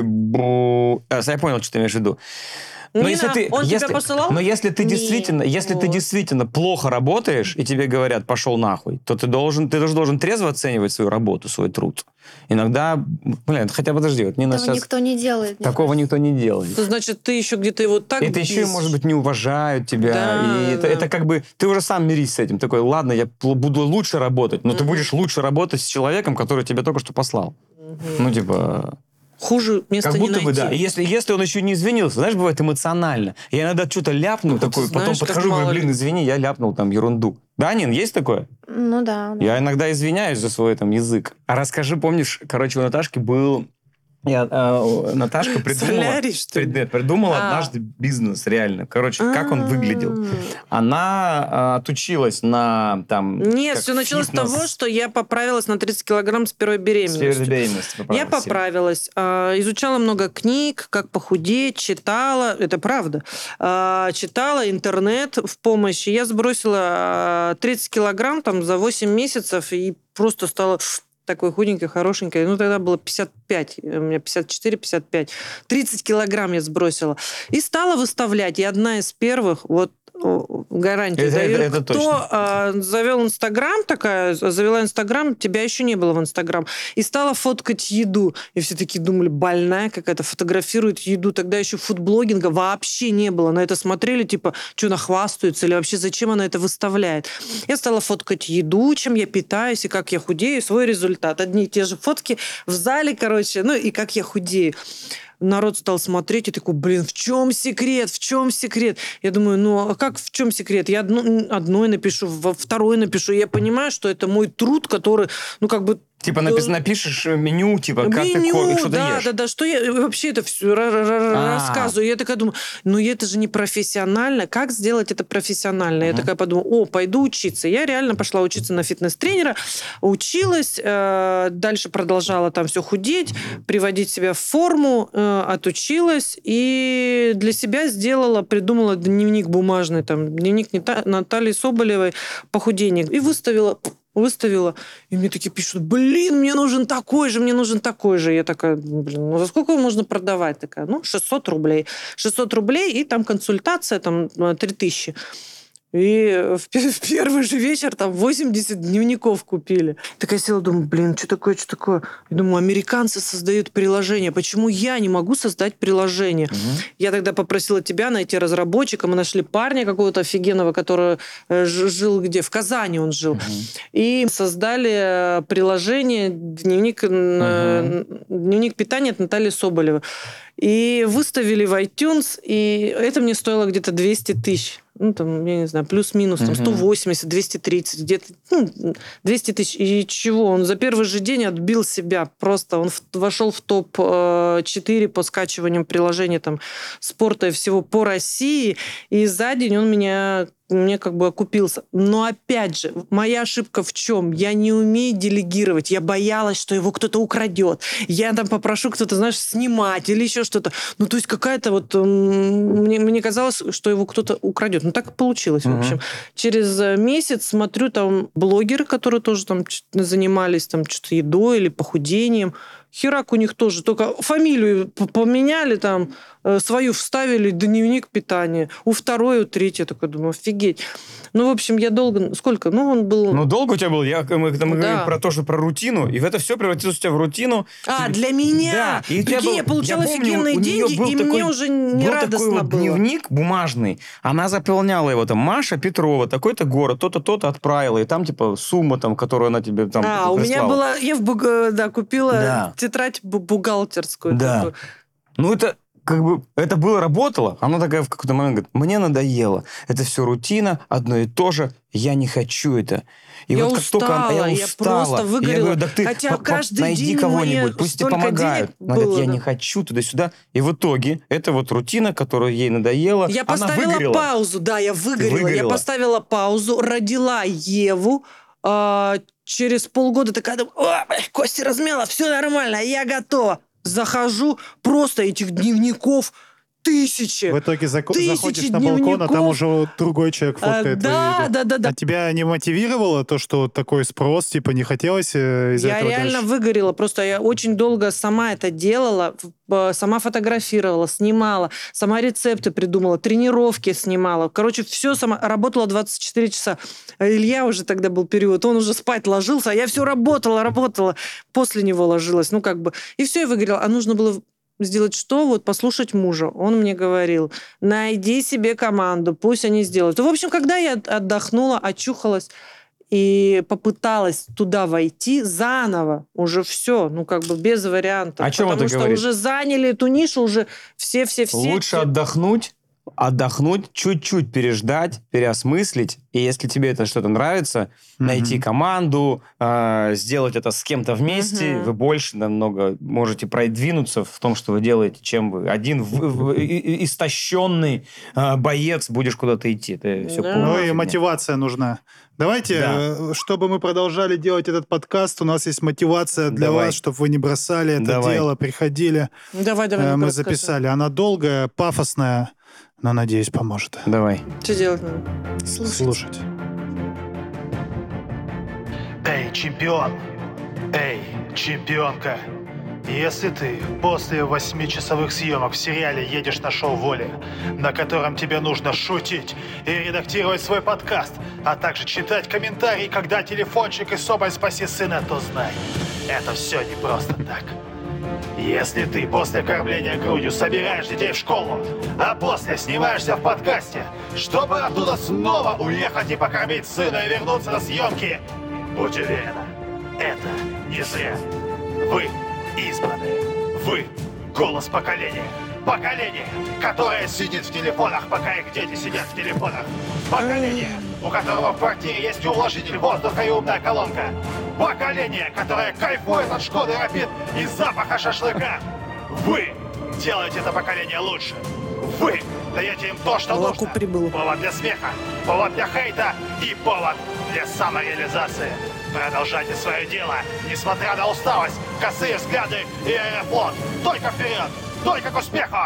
Я понял, что ты имеешь в виду. Но Нина, он тебя посылал? Но если ты Нет. ты действительно плохо работаешь, и тебе говорят «пошел нахуй», то ты тоже должен трезво оценивать свою работу, свой труд. Иногда... хотя подожди, вот Нина Этого сейчас... никто не делает. мне Такого никто не делает. Ну, значит, ты еще где-то его так Это еще, бесишь. может быть, не уважают тебя. Да, и да. это как бы... Ты уже сам мирись с этим. Такой, ладно, я буду лучше работать, но ты будешь лучше работать с человеком, который тебя только что послал. Ну, типа... Хуже места Как не будто бы, найти. да. И если он еще не извинился, знаешь, бывает эмоционально. Я иногда что-то ляпну такое, знаешь, потом как подхожу, мало говорю, блин, извини, я ляпнул там ерунду. Да, Нин, есть такое? Ну да. Я иногда извиняюсь за свой там язык. А расскажи, помнишь, короче, у Наташки был... Наташка Солярий, что ли? придумала однажды бизнес, реально. Короче, как он выглядел. Она отучилась на там... Нет, как все началось с фитнес. того, что я поправилась на 30 килограмм с первой беременностью. С первой беременности Я поправилась, изучала много книг, как похудеть, читала, это правда, читала интернет в помощь. Я сбросила 30 килограмм там за 8 месяцев и просто стала такой худенькой, хорошенькой. Ну, тогда было 55, у меня 54-55. 30 килограмм я сбросила. И стала выставлять. И одна из первых, вот гарантию даю. Это Кто завел Инстаграм, завела Инстаграм, тебя еще не было в Инстаграм, и стала фоткать еду. И все такие думали, больная какая-то, фотографирует еду. Тогда еще фудблогинга вообще не было. На это смотрели, типа, что она хвастается, или вообще зачем она это выставляет. Я стала фоткать еду, чем я питаюсь, и как я худею, свой результат. Одни и те же фотки в зале, короче, ну и как я худею. Народ стал смотреть и такой, блин, в чем секрет, в чем секрет? Я думаю, ну, а как в чем секрет? Я одной напишу, второй напишу. Я понимаю, что это мой труд, который, ну, как бы... Типа напишешь меню, типа, как ты что да, ешь. да, что я вообще это все рассказываю. Я такая думаю, ну это же не профессионально. Как сделать это профессионально? Я такая подумала, пойду учиться. Я реально пошла учиться на фитнес-тренера, училась, дальше продолжала там все худеть, приводить себя в форму, отучилась и для себя придумала дневник бумажный, там, дневник Натальи Соболевой похудение. И выставила, и мне такие пишут, блин, мне нужен такой же. Я такая, блин, ну за сколько его можно продавать? Такая, 600 рублей. 600 рублей, и там консультация, там 3000. И в первый же вечер там 80 дневников купили. Такая села, думаю, блин, что такое? И думаю, американцы создают приложение. Почему я не могу создать приложение? Я тогда попросила тебя найти разработчика. Мы нашли парня какого-то офигенного, который жил где? В Казани он жил. И создали приложение «Дневник питания» от Натальи Соболевой. И выставили в iTunes, и это мне стоило где-то 200 тысяч. Ну, там, я не знаю, плюс-минус, там, 180, 230, где-то, 200 тысяч. И чего? Он за первый же день отбил себя просто. Он вошел в топ-4 по скачиваниям приложений там, спорта и всего по России. И за день он мне как бы окупился. Но опять же, моя ошибка в чем? Я не умею делегировать. Я боялась, что его кто-то украдет. Я там попрошу кто-то, знаешь, снимать или еще что-то. Ну, то есть какая-то вот... Мне казалось, что его кто-то украдет. Ну, так и получилось, в общем. Через месяц смотрю, там блогеры, которые тоже там занимались там что-то едой или похудением. Херак у них тоже. Только фамилию поменяли там. свою вставили, дневник питания. У второй, у третьей. Я такой думаю, офигеть. Ну, в общем, я долго... Сколько? Ну, он был... Ну, долго у тебя был? Мы говорим про то, что про рутину, и это все превратилось у тебя в рутину. Для меня! Да. И прикинь, я получала офигенные деньги, и мне уже не радостно было. Дневник бумажный. Она заполняла его, там, Маша Петрова, такой-то город, то-то, то-то отправила, и там, типа, сумма, там, которую она тебе там прислала. У меня была... Я купила тетрадь бухгалтерскую. Да. Такую. Ну, это... это было, работало. Она такая в какой-то момент говорит, мне надоело. Это все рутина, одно и то же. Я не хочу это. И я вот устала, как только я просто выгорела. Я говорю, да ты хотя каждый найди день кого-нибудь, пусть тебе помогают. Она говорит, я не хочу туда-сюда. И в итоге это вот рутина, которая ей надоела. Я поставила паузу, я выгорела. Я поставила паузу, родила Еву. Через полгода такая, кости размяла, все нормально, я готова. Захожу, просто этих дневников тысячи. В итоге заходишь на балкон, а там уже другой человек фоткает. Да. А тебя не мотивировало то, что такой спрос, типа, не хотелось из-за этого? Я реально выгорела. Просто я очень долго сама это делала, сама фотографировала, снимала, сама рецепты придумала, тренировки снимала. Короче, все сама. Работала 24 часа. А Илья уже тогда был период, он уже спать ложился, а я все работала. После него ложилась. И все, я выгорела. А нужно было сделать что? Вот послушать мужа. Он мне говорил, найди себе команду, пусть они сделают. В общем, когда я отдохнула, очухалась и попыталась туда войти заново, уже все, без вариантов. О чем это говорит? Потому что уже заняли эту нишу, уже все. Лучше отдохнуть, чуть-чуть переждать, переосмыслить, и если тебе это что-то нравится, найти команду, сделать это с кем-то вместе, вы больше намного можете продвинуться в том, что вы делаете, чем вы. Один истощенный боец будешь куда-то идти. Это все Ну и мотивация нужна. Давайте, чтобы мы продолжали делать этот подкаст, у нас есть мотивация для вас, чтобы вы не бросали это дело, приходили. Давай. Мы записали. Она долгая, пафосная, но, надеюсь, поможет. Давай. Что делать надо? Слушать. Эй, чемпион! Эй, чемпионка! Если ты после 8-часовых съемок в сериале едешь на шоу «Воля», на котором тебе нужно шутить и редактировать свой подкаст, а также читать комментарии, когда телефончик и «Соболь, спаси сына», то знай, это все не просто так. Если ты после кормления грудью собираешь детей в школу, а после снимаешься в подкасте, чтобы оттуда снова уехать и покормить сына и вернуться на съемки, будь уверена, это не зря. Вы избранные. Вы — голос поколения. Поколение, которое сидит в телефонах, пока их дети сидят в телефонах. Поколение, у которого в квартире есть увлажнитель воздуха и умная колонка. Поколение, которое кайфует от Шкоды Рапид и запаха шашлыка. Вы делаете это поколение лучше. Вы даете им то, что нужно. Повод для смеха, повод для хейта и повод для самореализации. Продолжайте свое дело, несмотря на усталость, косые взгляды и аэрофлот. Только вперед, только к успеху!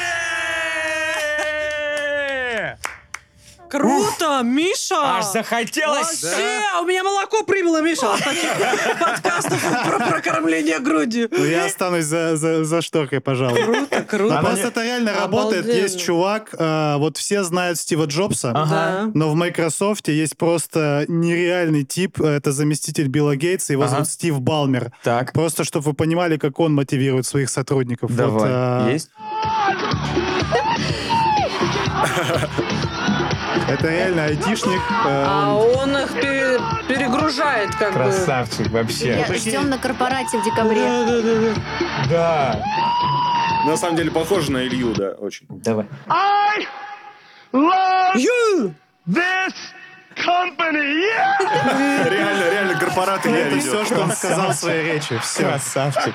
Круто, Миша! Аж захотелось! Вообще, у меня молоко прибыло, Миша, от таких подкастов про кормление грудью. Ну, я останусь за шторкой, пожалуй. Круто. Просто это реально работает. Есть чувак, вот все знают Стива Джобса, но в Microsoft есть просто нереальный тип. Это заместитель Билла Гейтса, его зовут Стив Балмер. Так. Просто, чтобы вы понимали, как он мотивирует своих сотрудников. Давай. Есть? Это реально айтишник. Он их перегружает, как бы. Красавчик вообще. Ждем на корпорате в декабре. Да. На самом деле похоже на Илью, да, очень. Давай. I love this company. Yeah! Реально корпораты не Это все, что он сказал в своей речи. Все. Красавчик.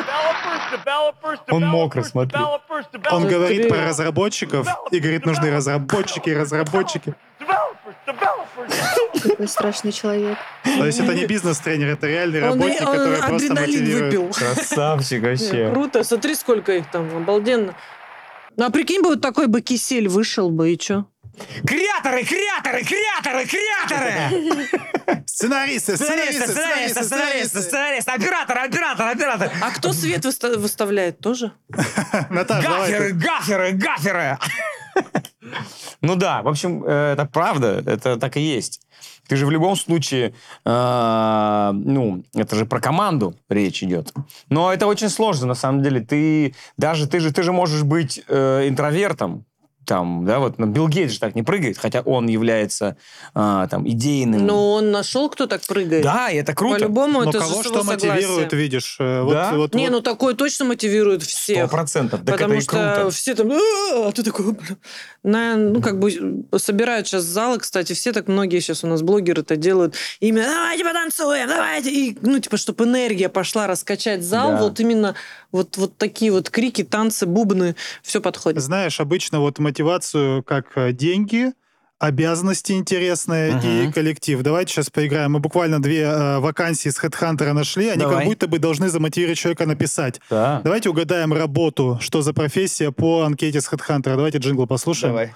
Он мокро, смотри. Он говорит про разработчиков и говорит, нужны разработчики. Какой страшный человек. То есть это не бизнес-тренер, это реальный работник, который просто мотивирует. Выпил. Красавчик вообще. Круто, смотри, сколько их там, обалденно. Ну, а прикинь бы, вот такой бы кисель вышел бы, и чё? Креаторы! Сценаристы! Оператор! А кто свет выставляет тоже? Наташа, давай. Гаферы! Ну да, в общем, это правда, это так и есть. Ты же в любом случае, это же про команду речь идет. Но это очень сложно, на самом деле. Ты же можешь быть интровертом, там, да, вот Билл Гейтс же так не прыгает, хотя он является идейным. Но он нашел, кто так прыгает. Да, и это круто. По-любому Но это кого же что мотивирует, видишь? Да? такое точно мотивирует всех. 100%. Так Потому это и что круто. все там, а ты такой, собирают сейчас залы, кстати, все так многие сейчас у нас блогеры-то делают именно, давайте потанцуем, давайте, и, чтобы энергия пошла раскачать зал, Да. вот именно вот такие вот крики, танцы, бубны, все подходит. Знаешь, обычно вот мотивацию как деньги, обязанности интересные и коллектив. Давайте сейчас поиграем. Мы буквально 2 вакансии с HeadHunter нашли. Они Давай. как будто бы должны замотивировать человека написать. Да. Давайте угадаем работу, что за профессия по анкете с HeadHunter. Давайте джингл послушаем. Давай.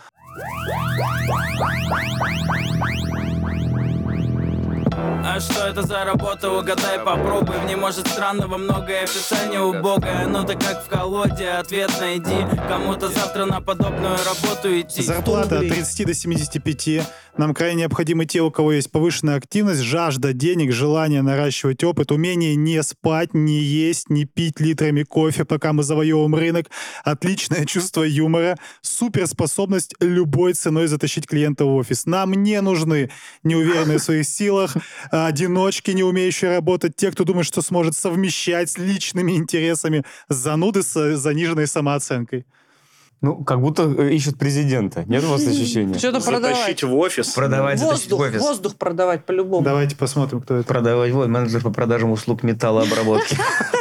А что это за работа, угадай, попробуй. В ней может странного многое, описание убогое. Ну ты как в колоде, ответ найди. Кому-то завтра на подобную работу идти. Зарплата от 30 до 75. Нам крайне необходимы те, у кого есть повышенная активность, жажда денег, желание наращивать опыт, умение не спать, не есть, не пить литрами кофе, пока мы завоевываем рынок, отличное чувство юмора, суперспособность любой ценой затащить клиента в офис. Нам не нужны неуверенные в своих силах, одиночки, не умеющие работать, те, кто думает, что сможет совмещать с личными интересами, зануды с заниженной самооценкой. Как будто ищут президента. Нет у вас ощущения? Что-то продавать. Затащить в офис. Продавать, затащить в офис. Воздух продавать по-любому. Давайте посмотрим, кто это. Продавать. Вот, менеджер по продажам услуг металлообработки.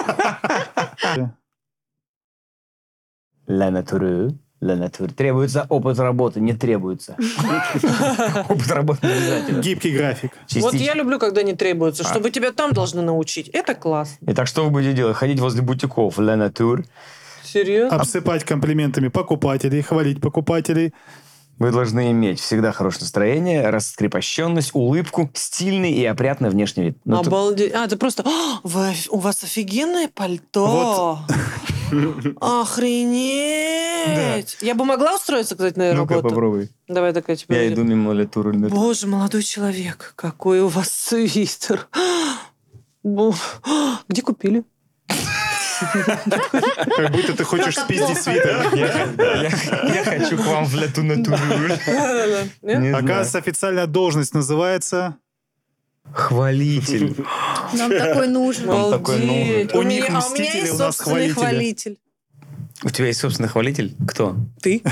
La Nature. Требуется опыт работы, не требуется. Опыт работы не обязательно. Гибкий график. Вот я люблю, когда не требуется, чтобы тебя там должны научить. Это классно. Итак, что вы будете делать? Ходить возле бутиков La Nature. Серьезно? Обсыпать комплиментами покупателей, хвалить покупателей. Вы должны иметь всегда хорошее настроение, раскрепощенность, улыбку, стильный и опрятный внешний вид. Обалдеть. Ты просто... у вас офигенное пальто. Охренеть. Я бы могла устроиться, кстати, на Ну-ка, работу? попробуй. Давай такая тебе. Я иду мимо La Nature. Боже, молодой человек, какой у вас свитер. Где купили? Как будто ты хочешь спиздить свитер. Я хочу к вам в La Nature. Оказывается, официальная должность называется... Хвалитель. Нам такой нужен. Обалдеть. У них меня мстители, есть у нас собственный хвалители. хвалитель. У тебя есть собственный хвалитель? Кто? Ты?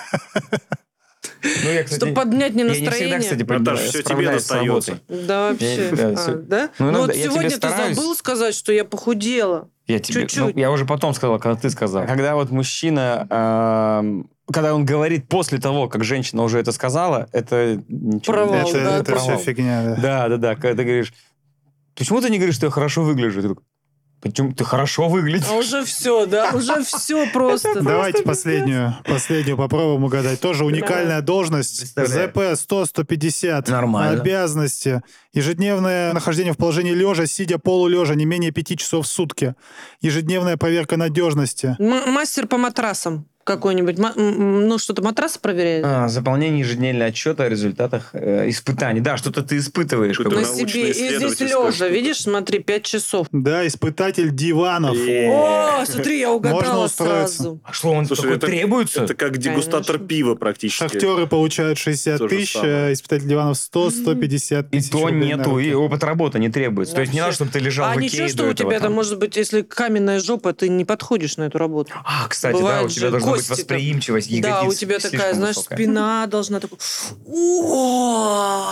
Ну, я, кстати, Чтобы поднять мне я не всегда, настроение. кстати, Наташа, всё тебе справляюсь с достается. работой. Да, вообще. Да? Ну, Ну, вот я тебе сегодня ты стараюсь. забыл сказать, что я похудела. Я тебе, Чуть-чуть. я уже потом сказал, когда ты сказал. Когда вот мужчина, когда он говорит после того, как женщина уже это сказала, это ничего. Провал, да, Это это все провал. фигня. Да. Да. Когда ты говоришь, почему ты не говоришь, что я хорошо выгляжу? Ты такой, почему ты хорошо выглядишь? А уже все, да? Уже все просто. Давайте последнюю попробуем угадать. Тоже уникальная должность. Представляю. ЗП 100-150. Нормально. Обязанности. Ежедневное нахождение в положении лежа, сидя полулежа, не менее 5 часов в сутки. Ежедневная проверка надежности. Мастер по матрасам какой-нибудь. Что-то матрасы проверяет? Заполнение ежедневного отчета о результатах испытаний. Да, что-то ты испытываешь. Какой-то На научно себе. И здесь исследовательское лежа, что-то. видишь, смотри, 5 часов. Да, испытатель диванов. О, смотри, я Можно угадала устроиться. сразу. А что, он Слушай, такой это- требуется? Это как дегустатор Конечно. пива практически. Шахтеры получают 60 То же тысяч, самое. испытатель диванов 100-150 И тысяч то рублей на нету, руки. и опыт работы не требуется. То есть не надо, чтобы ты лежал в ничего, Икее что до у этого тебя там. там, может быть, если каменная жопа, ты не подходишь на эту работу. Кстати, Бывает да, у тебя же должна быть кости там. восприимчивость, ягодиц Да, у тебя слишком такая, знаешь, высокая. спина должна такой... О,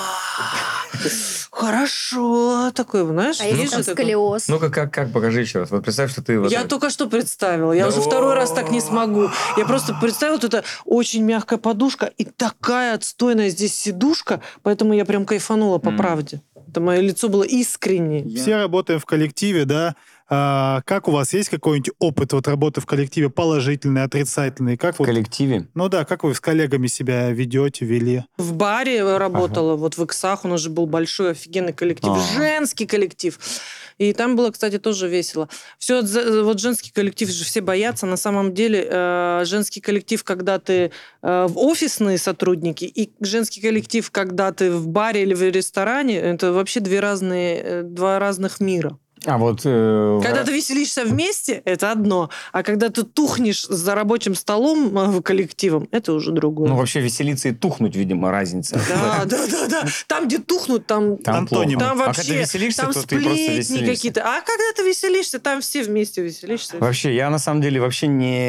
хорошо. Такой, знаешь, А если есть там же такой... сколиоз? Ну-ка, как, покажи еще раз. Вот представь, что ты... вот Я так. только что представила. Я уже второй раз так не смогу. Я просто представила, вот это очень мягкая подушка и такая отстойная здесь сидушка, поэтому я прям кайфанула по правде. Это мое лицо было искренне. Все работаем в коллективе, да. Как у вас? Есть какой-нибудь опыт вот работы в коллективе, положительный, отрицательный? Как В вот, коллективе? ну да, как вы с коллегами себя ведете, вели? В баре работала, вот в Иксах у нас же был большой офигенный коллектив, женский коллектив. И там было, кстати, тоже весело. Все, вот женский коллектив же все боятся. На самом деле женский коллектив, когда ты в офисные сотрудники, и женский коллектив, когда ты в баре или в ресторане, это вообще два разных мира. А вот... Когда ты веселишься вместе, это одно. А когда ты тухнешь за рабочим столом коллективом, это уже другое. Ну, вообще веселиться и тухнуть, видимо, разница. Да. Там, где тухнут, там плохо. там А вообще... когда веселишься, там то ты просто сплетни веселишься. какие-то. А когда ты веселишься, там все вместе веселишься. Вообще, я на самом деле вообще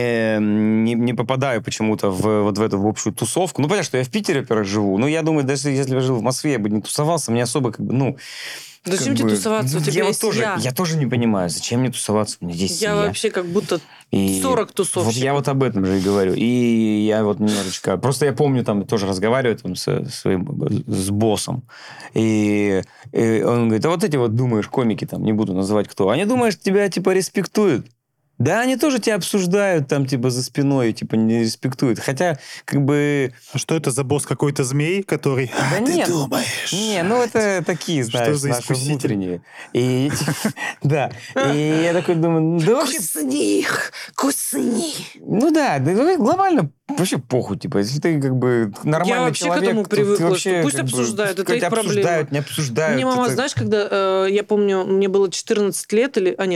не попадаю почему-то вот в эту в общую тусовку. Ну, понятно, что я в Питере, во-первых, живу. Но я думаю, даже если бы я жил в Москве, я бы не тусовался. Мне особо Зачем тебе тусоваться? У тебя есть я тоже не понимаю, зачем мне тусоваться, у меня здесь Я семья. вообще как будто И 40 тусовщиков. Вот я вот об этом же и говорю. И я вот немножечко... Просто я помню, там тоже разговариваю там, с боссом. И он говорит, а вот эти вот, думаешь, комики, там, не буду называть кто, они, думаешь, тебя, типа, респектуют? Да, они тоже тебя обсуждают, там, типа, за спиной, типа, не респектуют. Хотя, как бы... А что это за босс? Какой-то змей, который... Да ты нет. думаешь? Не, ну это такие, знаешь, Что за наши искуситель? внутренние. И, да. И я такой думаю, да вообще... Кусни. Ну да глобально вообще похуй, типа, если ты как бы нормальный Я вообще человек, к этому то ты привыкла, вообще, что пусть как бы, обсуждают, это хоть их проблема. обсуждают, не обсуждают. Мне мама, это- знаешь, когда, я помню, мне было 14 лет,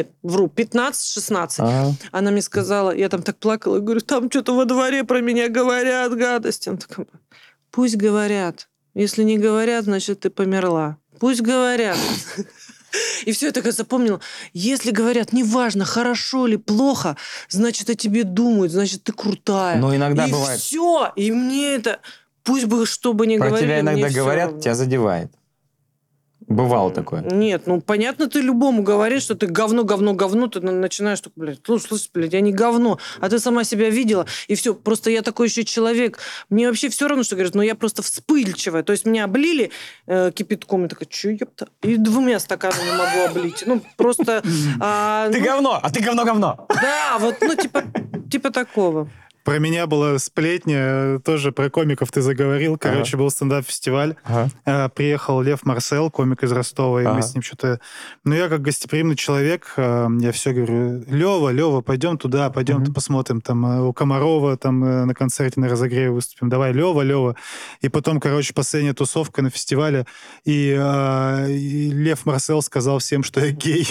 15-16, Ага. она мне сказала, я там так плакала, говорю, там что-то во дворе про меня говорят, гадости. Она такая, пусть говорят. Если не говорят, значит, ты померла. Пусть говорят. И все, я так запомнила. Если говорят, неважно, хорошо или плохо, значит, о тебе думают, значит, ты крутая. Но иногда и бывает. все. И мне это... Пусть бы что бы ни Про говорили, тебя иногда мне всё говорят, равно. тебя задевает. Бывало такое. Нет, понятно, ты любому говоришь, что ты говно, ты начинаешь такой, блядь, слушай, блядь, я не говно, а ты сама себя видела, и все. Просто я такой еще человек. Мне вообще все равно, что говорят, но я просто вспыльчивая. То есть меня облили кипятком, я такая, чё, ёпта? И 2 стаканами могу облить. Просто... Ты говно, а ты говно. Да, вот, типа такого. Про меня была сплетня, тоже про комиков ты заговорил. Короче, был стендап-фестиваль. Приехал Лев Марсел, комик из Ростова, и мы с ним что-то... Ну, я как гостеприимный человек, я все говорю, Лева, пойдем туда, пойдем посмотрим, там, у Комарова, там, на концерте на разогреве выступим. Давай, Лева. И потом, короче, последняя тусовка на фестивале, и Лев Марсел сказал всем, что я гей.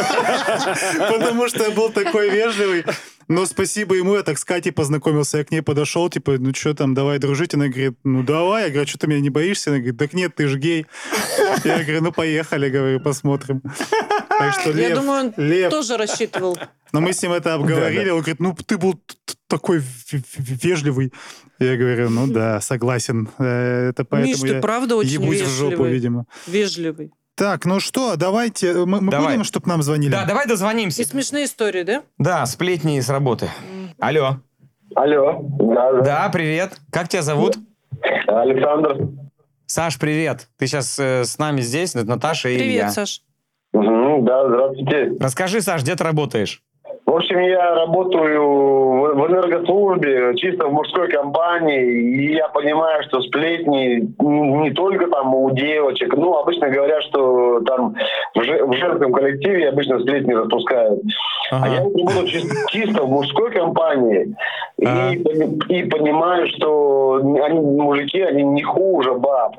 Потому что я был такой вежливый. Но спасибо ему, я так с Катей познакомился, я к ней подошел, типа, ну что там, давай дружить? Она говорит, ну давай. Я говорю, что ты меня не боишься? Она говорит, так нет, ты же гей. Я говорю, ну поехали, говорю, посмотрим. Так что Лев... Я думаю, он Лев. тоже рассчитывал. Но мы с ним это обговорили, он говорит, ну ты был такой вежливый. Я говорю, ну да, согласен. Это поэтому Миш, ты правда очень ебусь в жопу, вежливый. видимо. Вежливый. Так, ну что, давайте, мы будем, чтобы нам звонили? Да, давай И дозвонимся. смешные истории, да? Да, сплетни с работы. Алло. Алло. Да, привет. Как тебя зовут? Александр. Саш, привет. Ты сейчас с нами здесь, это Наташа и Илья. Привет, Саш. Да, здравствуйте. Расскажи, Саш, где ты работаешь? В общем, я работаю в энергослужбе, чисто в мужской компании, и я понимаю, что сплетни не только там у девочек, обычно говорят, что там в женском коллективе обычно сплетни распускают. А я работаю чисто в мужской компании, и понимаю, что мужики, они не хуже баб.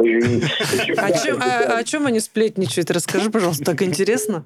О чем они сплетничают? Расскажи, пожалуйста, так интересно.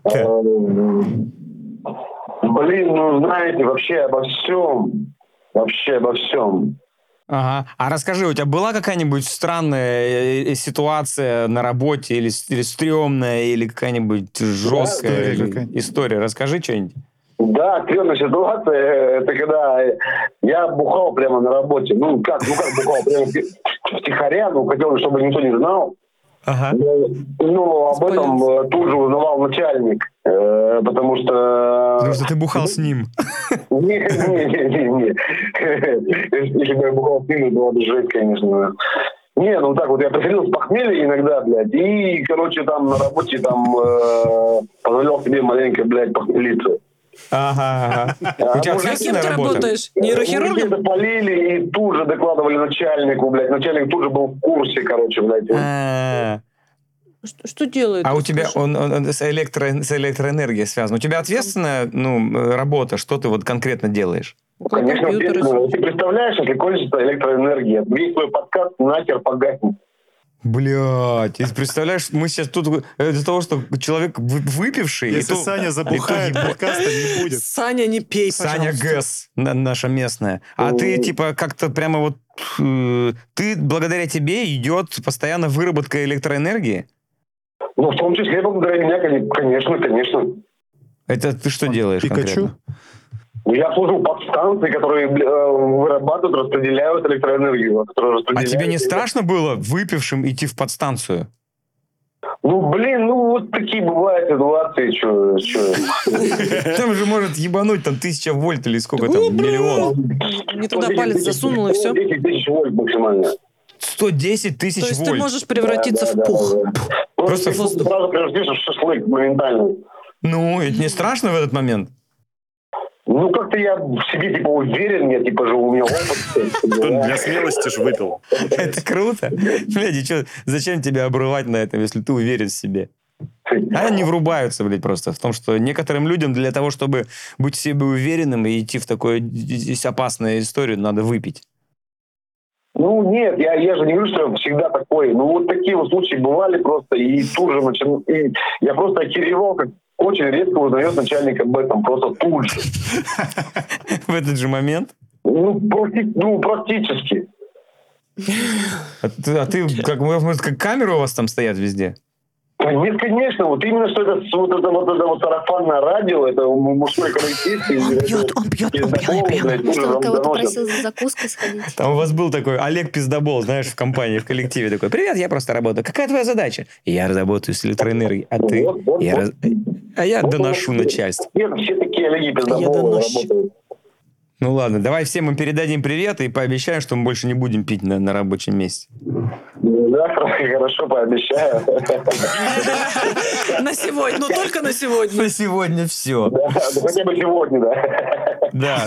Блин, знаете, вообще обо всем. Вообще обо всем. Ага. А расскажи, у тебя была какая-нибудь странная ситуация на работе, или стрёмная, или какая-нибудь жесткая история? Расскажи что-нибудь. Да, стрёмная ситуация, это когда я бухал прямо на работе. Как бухал? Прямо втихаря, хотел, чтобы никто не знал. Ага. Об этом тут же узнавал начальник, потому что... Потому что ты бухал с ним. Не. Если бы я бухал с ним, это была бы жесть, конечно. Не, ну так вот, я приходил с похмелья иногда, блядь, и, короче, там на работе там позволял себе маленько, блядь, похмелиться. Ага. У тебя ответственная Кем ты работа? работаешь? Нейрохирургом? Это полили и тут же докладывали начальнику, блядь. Начальник тут же был в курсе, короче, блядь. А Что делает? у тебя он с электроэнергией связан. У тебя ответственная работа? Что ты вот конкретно делаешь? Конечно, ответственно. Ты представляешь, если кончится электроэнергия, весь твой подкаст нахер погаснет. Блядь, ты представляешь, мы сейчас тут из-за того, что человек выпивший... Если Саня забухает, подкаста не будет. Саня, не пей, Саня пожалуйста. ГЭС, наша местная. А ты типа как-то прямо вот... Ты благодаря тебе идет постоянно выработка электроэнергии? Ну, в том числе благодаря меня, конечно. Это ты что делаешь конкретно? Я служу подстанции, которые вырабатывают, распределяют электроэнергию. А тебе не страшно было выпившим идти в подстанцию? Ну, блин, вот такие бывают ситуации, что. Там же может ебануть там 1000 вольт или сколько там, миллион. Не туда палец засунул и все. 10 тысяч вольт максимально. 110 тысяч То есть вольт. ты можешь превратиться в пух. Просто сразу превратишься в шашлык моментально. Ну, это не страшно в этот момент? Ну, как-то я в себе, типа, уверен, я, типа, же у меня опыт. Для смелости ж выпил. Это круто. Блядь, зачем тебя обрывать на этом, если ты уверен в себе? А они врубаются, блядь, просто в том, что некоторым людям для того, чтобы быть в себе уверенным и идти в такую опасную историю, надо выпить. Ну, нет, я же не говорю, что я всегда такой. Ну, вот такие вот случаи бывали просто, и тут же я просто охеревал, как очень редко узнает начальник об этом, просто тут же. В этот же момент? Ну, практически. А ты, как камеры у вас там стоят везде? Нет, конечно, вот именно что это вот сарафанное радио, это мужской коллектив. Он пьет, пьяный. Что, кого-то просил за закуской сходить? Там у вас был такой Олег Пиздобол, знаешь, в компании, в коллективе такой: привет, я просто работаю. Какая твоя задача? Я работаю с электроэнергией. А ты? А я доношу начальству. Нет, все такие Олеги Пиздоболы работают. Ну ладно, давай всем им передадим привет и пообещаем, что мы больше не будем пить на рабочем месте. Да, хорошо, пообещаю. На сегодня, но только на сегодня. На сегодня все. Да, хотя бы сегодня, да.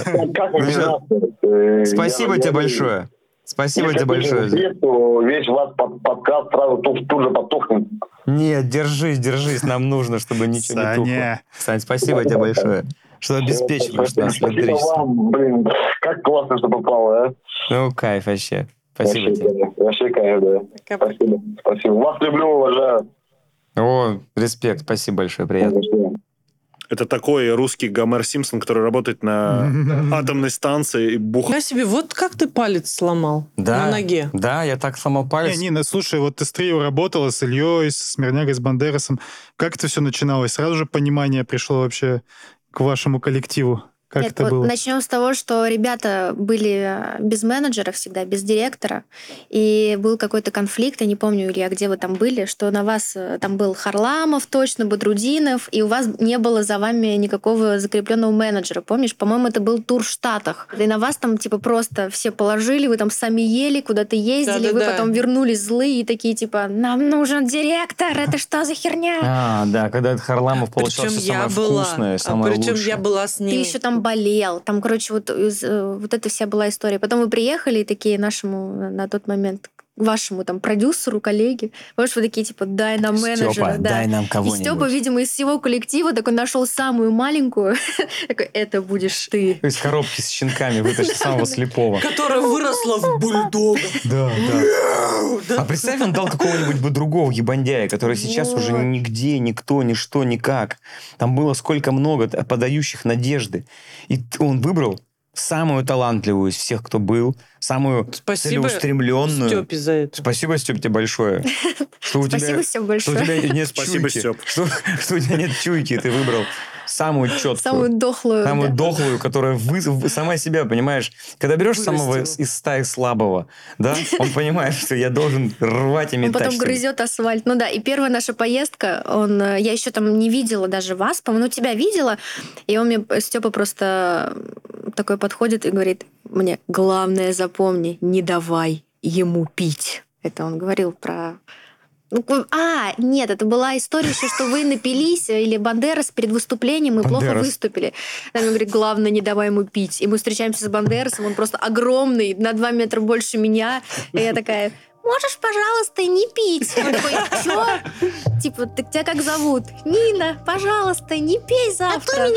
Да. Спасибо тебе большое. Спасибо тебе большое. Весь ваш подкаст сразу тут же потухнет. Нет, держись. Нам нужно, чтобы ничего не тухло. Сань, спасибо тебе большое, что обеспечиваешь нас электричеством. Вам, блин, как классно, что попало, а? Ну, кайф вообще. Спасибо тебе. Вообще кайф, да. Спасибо. Вас люблю, уважаю. О, респект. Спасибо большое, приятно. Это такой русский Гомер Симпсон, который работает на атомной станции и бухает. Я себе, вот как ты палец сломал на ноге? Да, я так сломал палец. Нина, слушай, вот ты с трио работала, с Ильей, с Смирнягой, с Бандерасом. Как это все начиналось? Сразу же понимание пришло вообще к вашему коллективу? Как это было? Начнем с того, что ребята были без менеджера всегда, без директора, и был какой-то конфликт, я не помню, Илья, где вы там были, что на вас там был Харламов точно, Бодрудинов, и у вас не было за вами никакого закрепленного менеджера, помнишь? По-моему, это был тур в Штатах. И на вас там типа просто все положили, вы там сами ели, куда-то ездили, вы потом вернулись злые и такие типа: нам нужен директор, это что за херня? Да, когда Харламов получал все самое вкусное, самое лучшее. Причем я была с ним. Ты еще там болел. Там, короче, вот эта вся была история. Потом вы приехали и такие нашему на тот момент вашему там продюсеру, коллеге, может, вы такие, типа, дай нам менеджера. Степа, дай нам кого-нибудь. И Степа, видимо, из всего коллектива такой нашел самую маленькую, такой: это будешь ты. Из коробки с щенками вытащил самого слепого. Которая выросла в бульдога. Да. А представь, он дал какого-нибудь бы другого ебандяя, который сейчас уже нигде, никто, ничто, никак. Там было сколько много подающих надежды. И он выбрал самую талантливую из всех, кто был, самую целеустремленную. Спасибо Степе за это. Спасибо, Степ, тебе большое. Спасибо, Степ, большое. Что у тебя нет чуйки. Что у тебя нет чуйки, ты выбрал самую четкую. Самую дохлую. Самую дохлую, которая сама себя, понимаешь? Когда берешь самого из стаи слабого, да, он понимает, что я должен рвать и метать. Он потом грызет асфальт. Ну да, и первая наша поездка, я еще там не видела даже вас, по-моему, тебя видела, и он мне, Степа, просто такой подходит и говорит мне: главное запомни, не давай ему пить. Это он говорил про... Нет, это была история еще, что вы напились, или Бандерас перед выступлением, мы плохо выступили. Он говорит, главное, не давай ему пить. И мы встречаемся с Бандерасом, он просто огромный, на 2 метра больше меня. И я такая... Можешь, пожалуйста, не пить? Он такой, что? Типа, так тебя как зовут? Нина, пожалуйста, не пей завтра. А то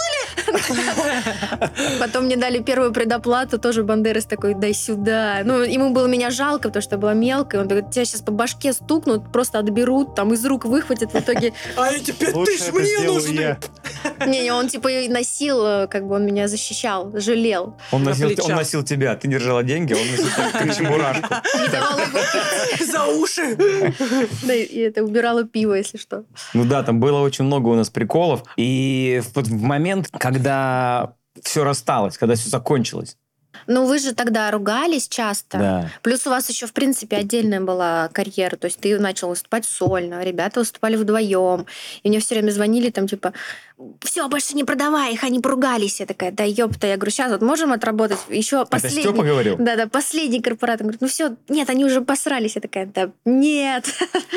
меня уволят. Потом мне дали первую предоплату, тоже Бандерас такой, дай сюда. Ну, ему было меня жалко, потому что я была мелкая. Он говорит, тебя сейчас по башке стукнут, просто отберут, там из рук выхватят. В итоге... А эти 5000 мне нужны! Не, он типа носил, как бы он меня защищал, жалел. Он носил тебя, ты держала деньги, он носил как чебурашку. Не давал за уши. Да, и это убирало пиво, если что. Ну да, там было очень много у нас приколов. И в момент, когда все рассталось, когда все закончилось. Ну, вы же тогда ругались часто. Да. Плюс у вас еще, в принципе, отдельная была карьера. То есть ты начал выступать сольно, ребята выступали вдвоем. И мне все время звонили, там, типа, все, больше не продавай их, они поругались. Я такая, да ёпта, я говорю, сейчас вот можем отработать еще последний... Это Степа говорил? Да, последний корпоратор. Говорит, ну все, нет, они уже посрались. Я такая, да, нет.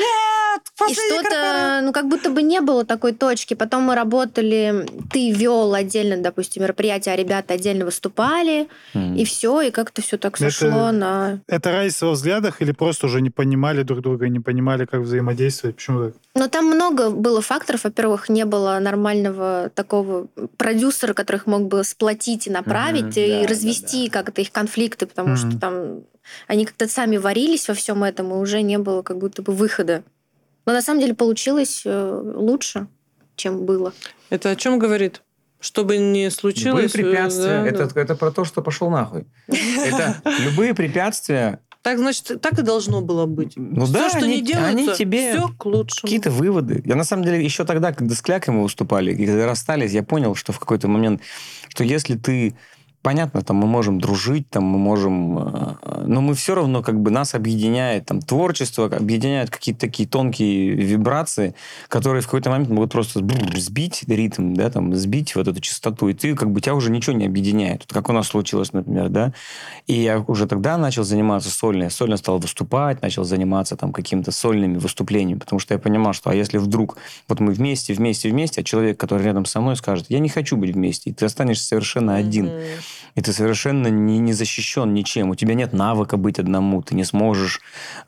И что-то, ну, как будто бы не было такой точки. Потом мы работали, ты вел отдельно, допустим, мероприятия, а ребята отдельно выступали. И все, и как-то все так сошло на... Это разница во взглядах или просто уже не понимали друг друга, не понимали, как взаимодействовать? Почему так? Ну, там много было факторов. Во-первых, не было нормального такого продюсера, который их мог бы сплотить и направить, и развести как-то их конфликты, потому что там они как-то сами варились во всем этом, и уже не было как будто бы выхода. Но на самом деле получилось лучше, чем было. Это о чем говорит? Чтобы не случилось... Любые препятствия. Это про то, что пошел нахуй. Это любые препятствия... Так, значит, так и должно было быть. Ну все, да, что не делается, они тебе все к лучшему. Какие-то выводы. Я на самом деле еще тогда, когда с Клякой мы выступали, и когда расстались, я понял, что в какой-то момент, что если ты... Понятно, там мы можем дружить, там мы можем... Но мы все равно, как бы, нас объединяет там творчество, объединяют какие-то такие тонкие вибрации, которые в какой-то момент могут просто сбить ритм, да, там, сбить вот эту частоту, и ты, как бы, тебя уже ничего не объединяет. Вот как у нас случилось, например, да. И я уже тогда начал заниматься сольно. Я сольно стал выступать, начал заниматься там какими-то сольными выступлениями, потому что я понимал, что, а если вдруг вот мы вместе, а человек, который рядом со мной, скажет, я не хочу быть вместе, и ты останешься совершенно один. И ты совершенно не защищен ничем. У тебя нет навыка быть одному. Ты не сможешь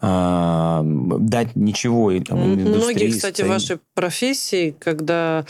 дать ничего. И, там, многие, кстати, в вашей профессии, когда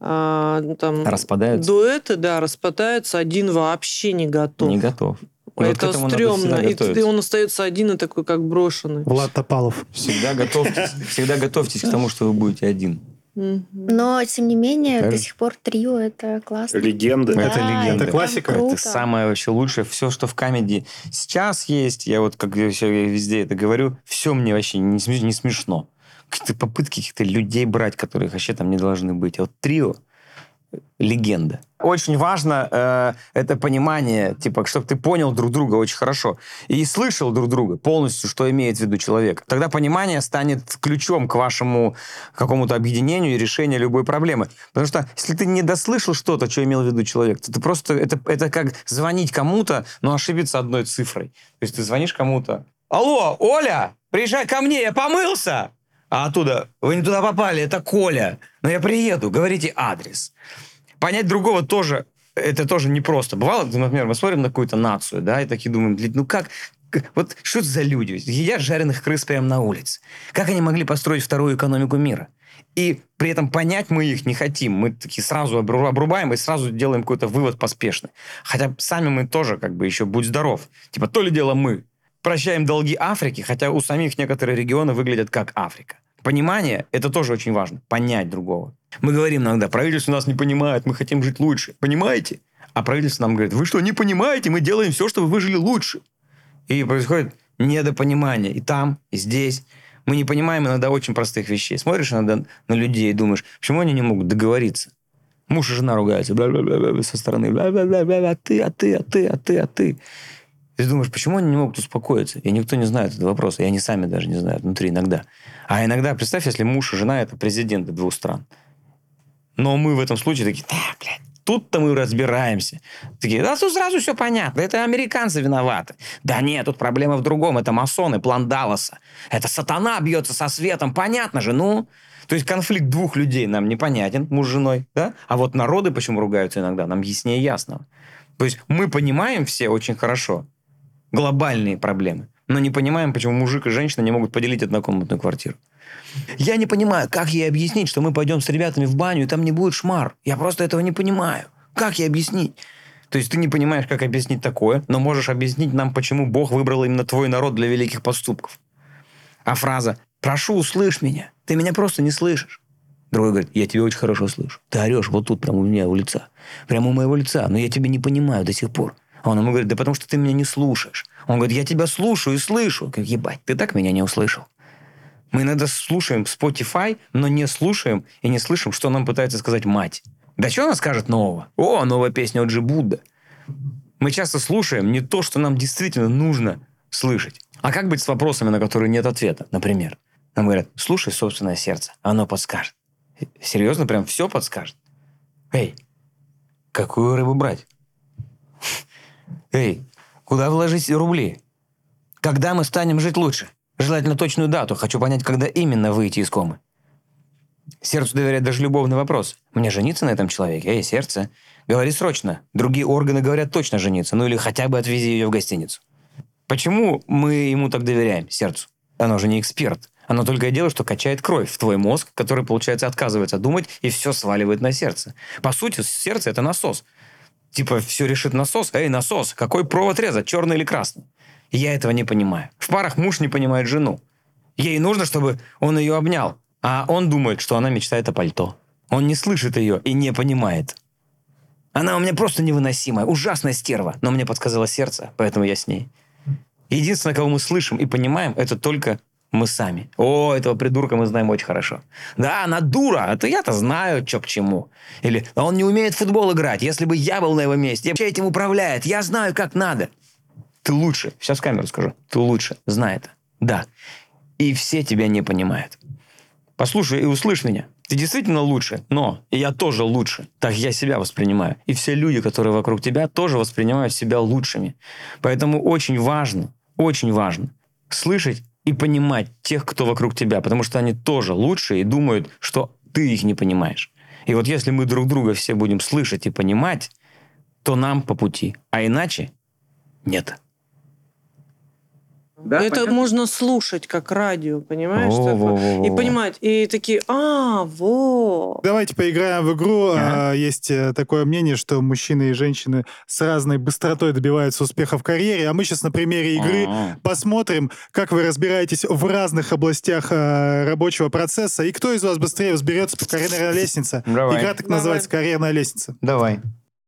там распадаются. Дуэты, да, распадаются, один вообще не готов. Не готов. Это вот стрёмно. И он остается один и такой, как брошенный. Влад Топалов. Всегда готовьтесь к тому, что вы будете один. Но, тем не менее, до сих пор трио — это классно. Легенда. Да, это легенда. Это классика. Это самое вообще лучшее. Все, что в комедии сейчас есть, я вот как я везде это говорю, все мне вообще не смешно. Какие-то попытки каких-то людей брать, которых вообще там не должны быть. А вот трио — легенда. Очень важно это понимание, типа, чтобы ты понял друг друга очень хорошо и слышал друг друга полностью, что имеет в виду человек. Тогда понимание станет ключом к вашему какому-то объединению и решению любой проблемы. Потому что если ты не дослышал что-то, что имел в виду человек, то ты просто... Это как звонить кому-то, но ошибиться одной цифрой. То есть ты звонишь кому-то. Алло, Оля, приезжай ко мне, я помылся. А оттуда, вы не туда попали, это Коля. Но я приеду, говорите адрес. Понять другого тоже, это тоже непросто. Бывало, например, мы смотрим на какую-то нацию, да, и такие думаем, блин, ну как, вот что это за люди? Едят жареных крыс прямо на улице. Как они могли построить вторую экономику мира? И при этом понять мы их не хотим. Мы такие сразу обрубаем и сразу делаем какой-то вывод поспешный. Хотя сами мы тоже, как бы, еще будь здоров. Типа, то ли дело мы прощаем долги Африки, хотя у самих некоторые регионы выглядят как Африка. Понимание – это тоже очень важно. Понять другого. Мы говорим иногда, правительство нас не понимает, мы хотим жить лучше. Понимаете? А правительство нам говорит, вы что, не понимаете? Мы делаем все, чтобы вы жили лучше. И происходит недопонимание и там, и здесь. Мы не понимаем иногда очень простых вещей. Смотришь иногда на людей и думаешь, почему они не могут договориться? Муж и жена ругаются бла-бла-бла-бла, со стороны. Бла-бла-бла-бла, а ты. Ты думаешь, почему они не могут успокоиться? И никто не знает этого вопроса. И они сами даже не знают внутри иногда. А иногда, представь, если муж и жена – это президенты двух стран. Но мы в этом случае такие, блядь, тут-то мы разбираемся. Такие, да тут сразу все понятно, это американцы виноваты. Да нет, тут проблема в другом, это масоны, план Далласа. Это сатана бьется со светом, понятно же, ну... То есть конфликт двух людей нам непонятен, муж с женой, да? А вот народы почему ругаются иногда, нам яснее ясного. То есть мы понимаем все очень хорошо глобальные проблемы, но не понимаем, почему мужик и женщина не могут поделить однокомнатную квартиру. Я не понимаю, как ей объяснить, что мы пойдем с ребятами в баню, и там не будет шмар. Я просто этого не понимаю. Как ей объяснить? То есть ты не понимаешь, как объяснить такое, но можешь объяснить нам, почему Бог выбрал именно твой народ для великих поступков. А фраза «прошу, услышь меня», ты меня просто не слышишь. Другой говорит, я тебя очень хорошо слышу. Ты орешь вот тут, прямо у меня у лица. Прямо у моего лица, но я тебя не понимаю до сих пор. А он ему говорит, да потому что ты меня не слушаешь. Он говорит, я тебя слушаю и слышу. Говорит, ебать, ты так меня не услышал. Мы иногда слушаем Spotify, но не слушаем и не слышим, что нам пытается сказать мать. Да что она скажет нового? О, новая песня от Джи-Будда. Мы часто слушаем не то, что нам действительно нужно слышать. А как быть с вопросами, на которые нет ответа, например? Нам говорят, слушай собственное сердце, оно подскажет. Серьезно, прям все подскажет. Эй, какую рыбу брать? Эй, куда вложить рубли? Когда мы станем жить лучше? Желательно точную дату. Хочу понять, когда именно выйти из комы. Сердцу доверять даже любовный вопрос. Мне жениться на этом человеке? Эй, сердце, говори срочно. Другие органы говорят точно жениться. Ну или хотя бы отвези ее в гостиницу. Почему мы ему так доверяем, сердцу? Оно же не эксперт. Оно только и делает, что качает кровь в твой мозг, который, получается, отказывается думать и все сваливает на сердце. По сути, сердце – это насос. Типа, все решит насос. Эй, насос, какой провод резать, черный или красный? И я этого не понимаю. В парах муж не понимает жену. Ей нужно, чтобы он ее обнял, а он думает, что она мечтает о пальто. Он не слышит ее и не понимает. Она у меня просто невыносимая, ужасная стерва, но мне подсказало сердце, поэтому я с ней. Единственное, кого мы слышим и понимаем, это только мы сами. О, этого придурка мы знаем очень хорошо. Да, она дура, это я-то знаю, что к чему. Или он не умеет в футбол играть, если бы я был на его месте, я этим управляет, я знаю, как надо. Ты лучше, сейчас в камеру скажу, ты лучше, знай это. Да. И все тебя не понимают. Послушай и услышь меня. Ты действительно лучше, но и я тоже лучше. Так я себя воспринимаю. И все люди, которые вокруг тебя, тоже воспринимают себя лучшими. Поэтому очень важно слышать и понимать тех, кто вокруг тебя, потому что они тоже лучше и думают, что ты их не понимаешь. И вот если мы друг друга все будем слышать и понимать, то нам по пути. А иначе нет. Да, это понятно? Можно слушать как радио, понимаешь? И понимать, и такие, во. Давайте поиграем в игру. Есть такое мнение, что мужчины и женщины с разной быстротой добиваются успеха в карьере. А мы сейчас на примере игры посмотрим, как вы разбираетесь в разных областях рабочего процесса, и кто из вас быстрее взберется по карьерной лестнице. Давай. Игра так называется «Карьерная лестница». Давай.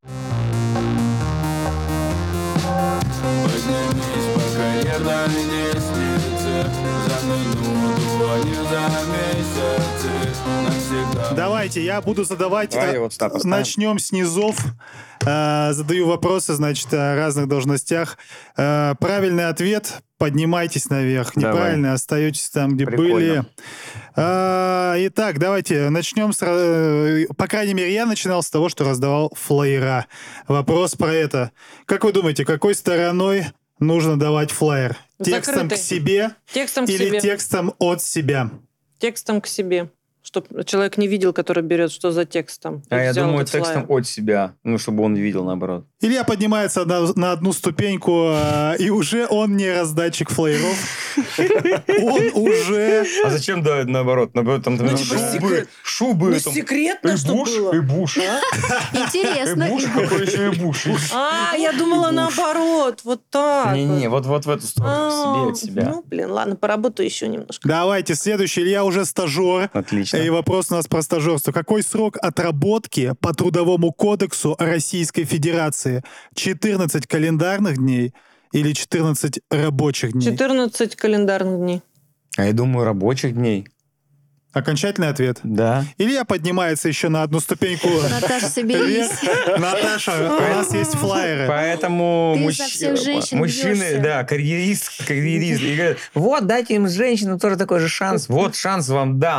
Давайте, я буду задавать... Начнем с низов. Задаю вопросы, значит, о разных должностях. Правильный ответ — поднимайтесь наверх. Давай. Неправильный — остаетесь там, где Прикольно. были. Итак, давайте начнем с... По крайней мере, я начинал с того, что раздавал флаера. Вопрос про это. Как вы думаете, какой стороной нужно давать флаер? Текстом к себе или текстом от себя? Текстом к себе. Чтобы человек не видел, который берет, что за текстом. Я думаю, текстом от себя. Чтобы он видел, наоборот. Илья поднимается на одну ступеньку, и уже он не раздатчик флееров. Он уже... А зачем давать наоборот? Там шубы. Ну, секретно, что было. И буш. Интересно. И буш, какой еще и буш. Я думала наоборот. Вот так. Не-не, вот в эту сторону. К себе, от себя. Ну, блин, ладно, поработаю еще немножко. Давайте, следующий. Илья уже стажер. Отлично. И вопрос у нас про стажерство. Какой срок отработки по Трудовому кодексу Российской Федерации? 14 календарных дней или 14 рабочих дней? 14 календарных дней. А я думаю, рабочих дней. Окончательный ответ? Да. Илья поднимается еще на одну ступеньку. Наташа, соберись. Наташа, у нас есть флаеры. Поэтому мужчины, да, карьерист. И говорят, вот, дайте им женщинам тоже такой же шанс. Вот шанс вам дам.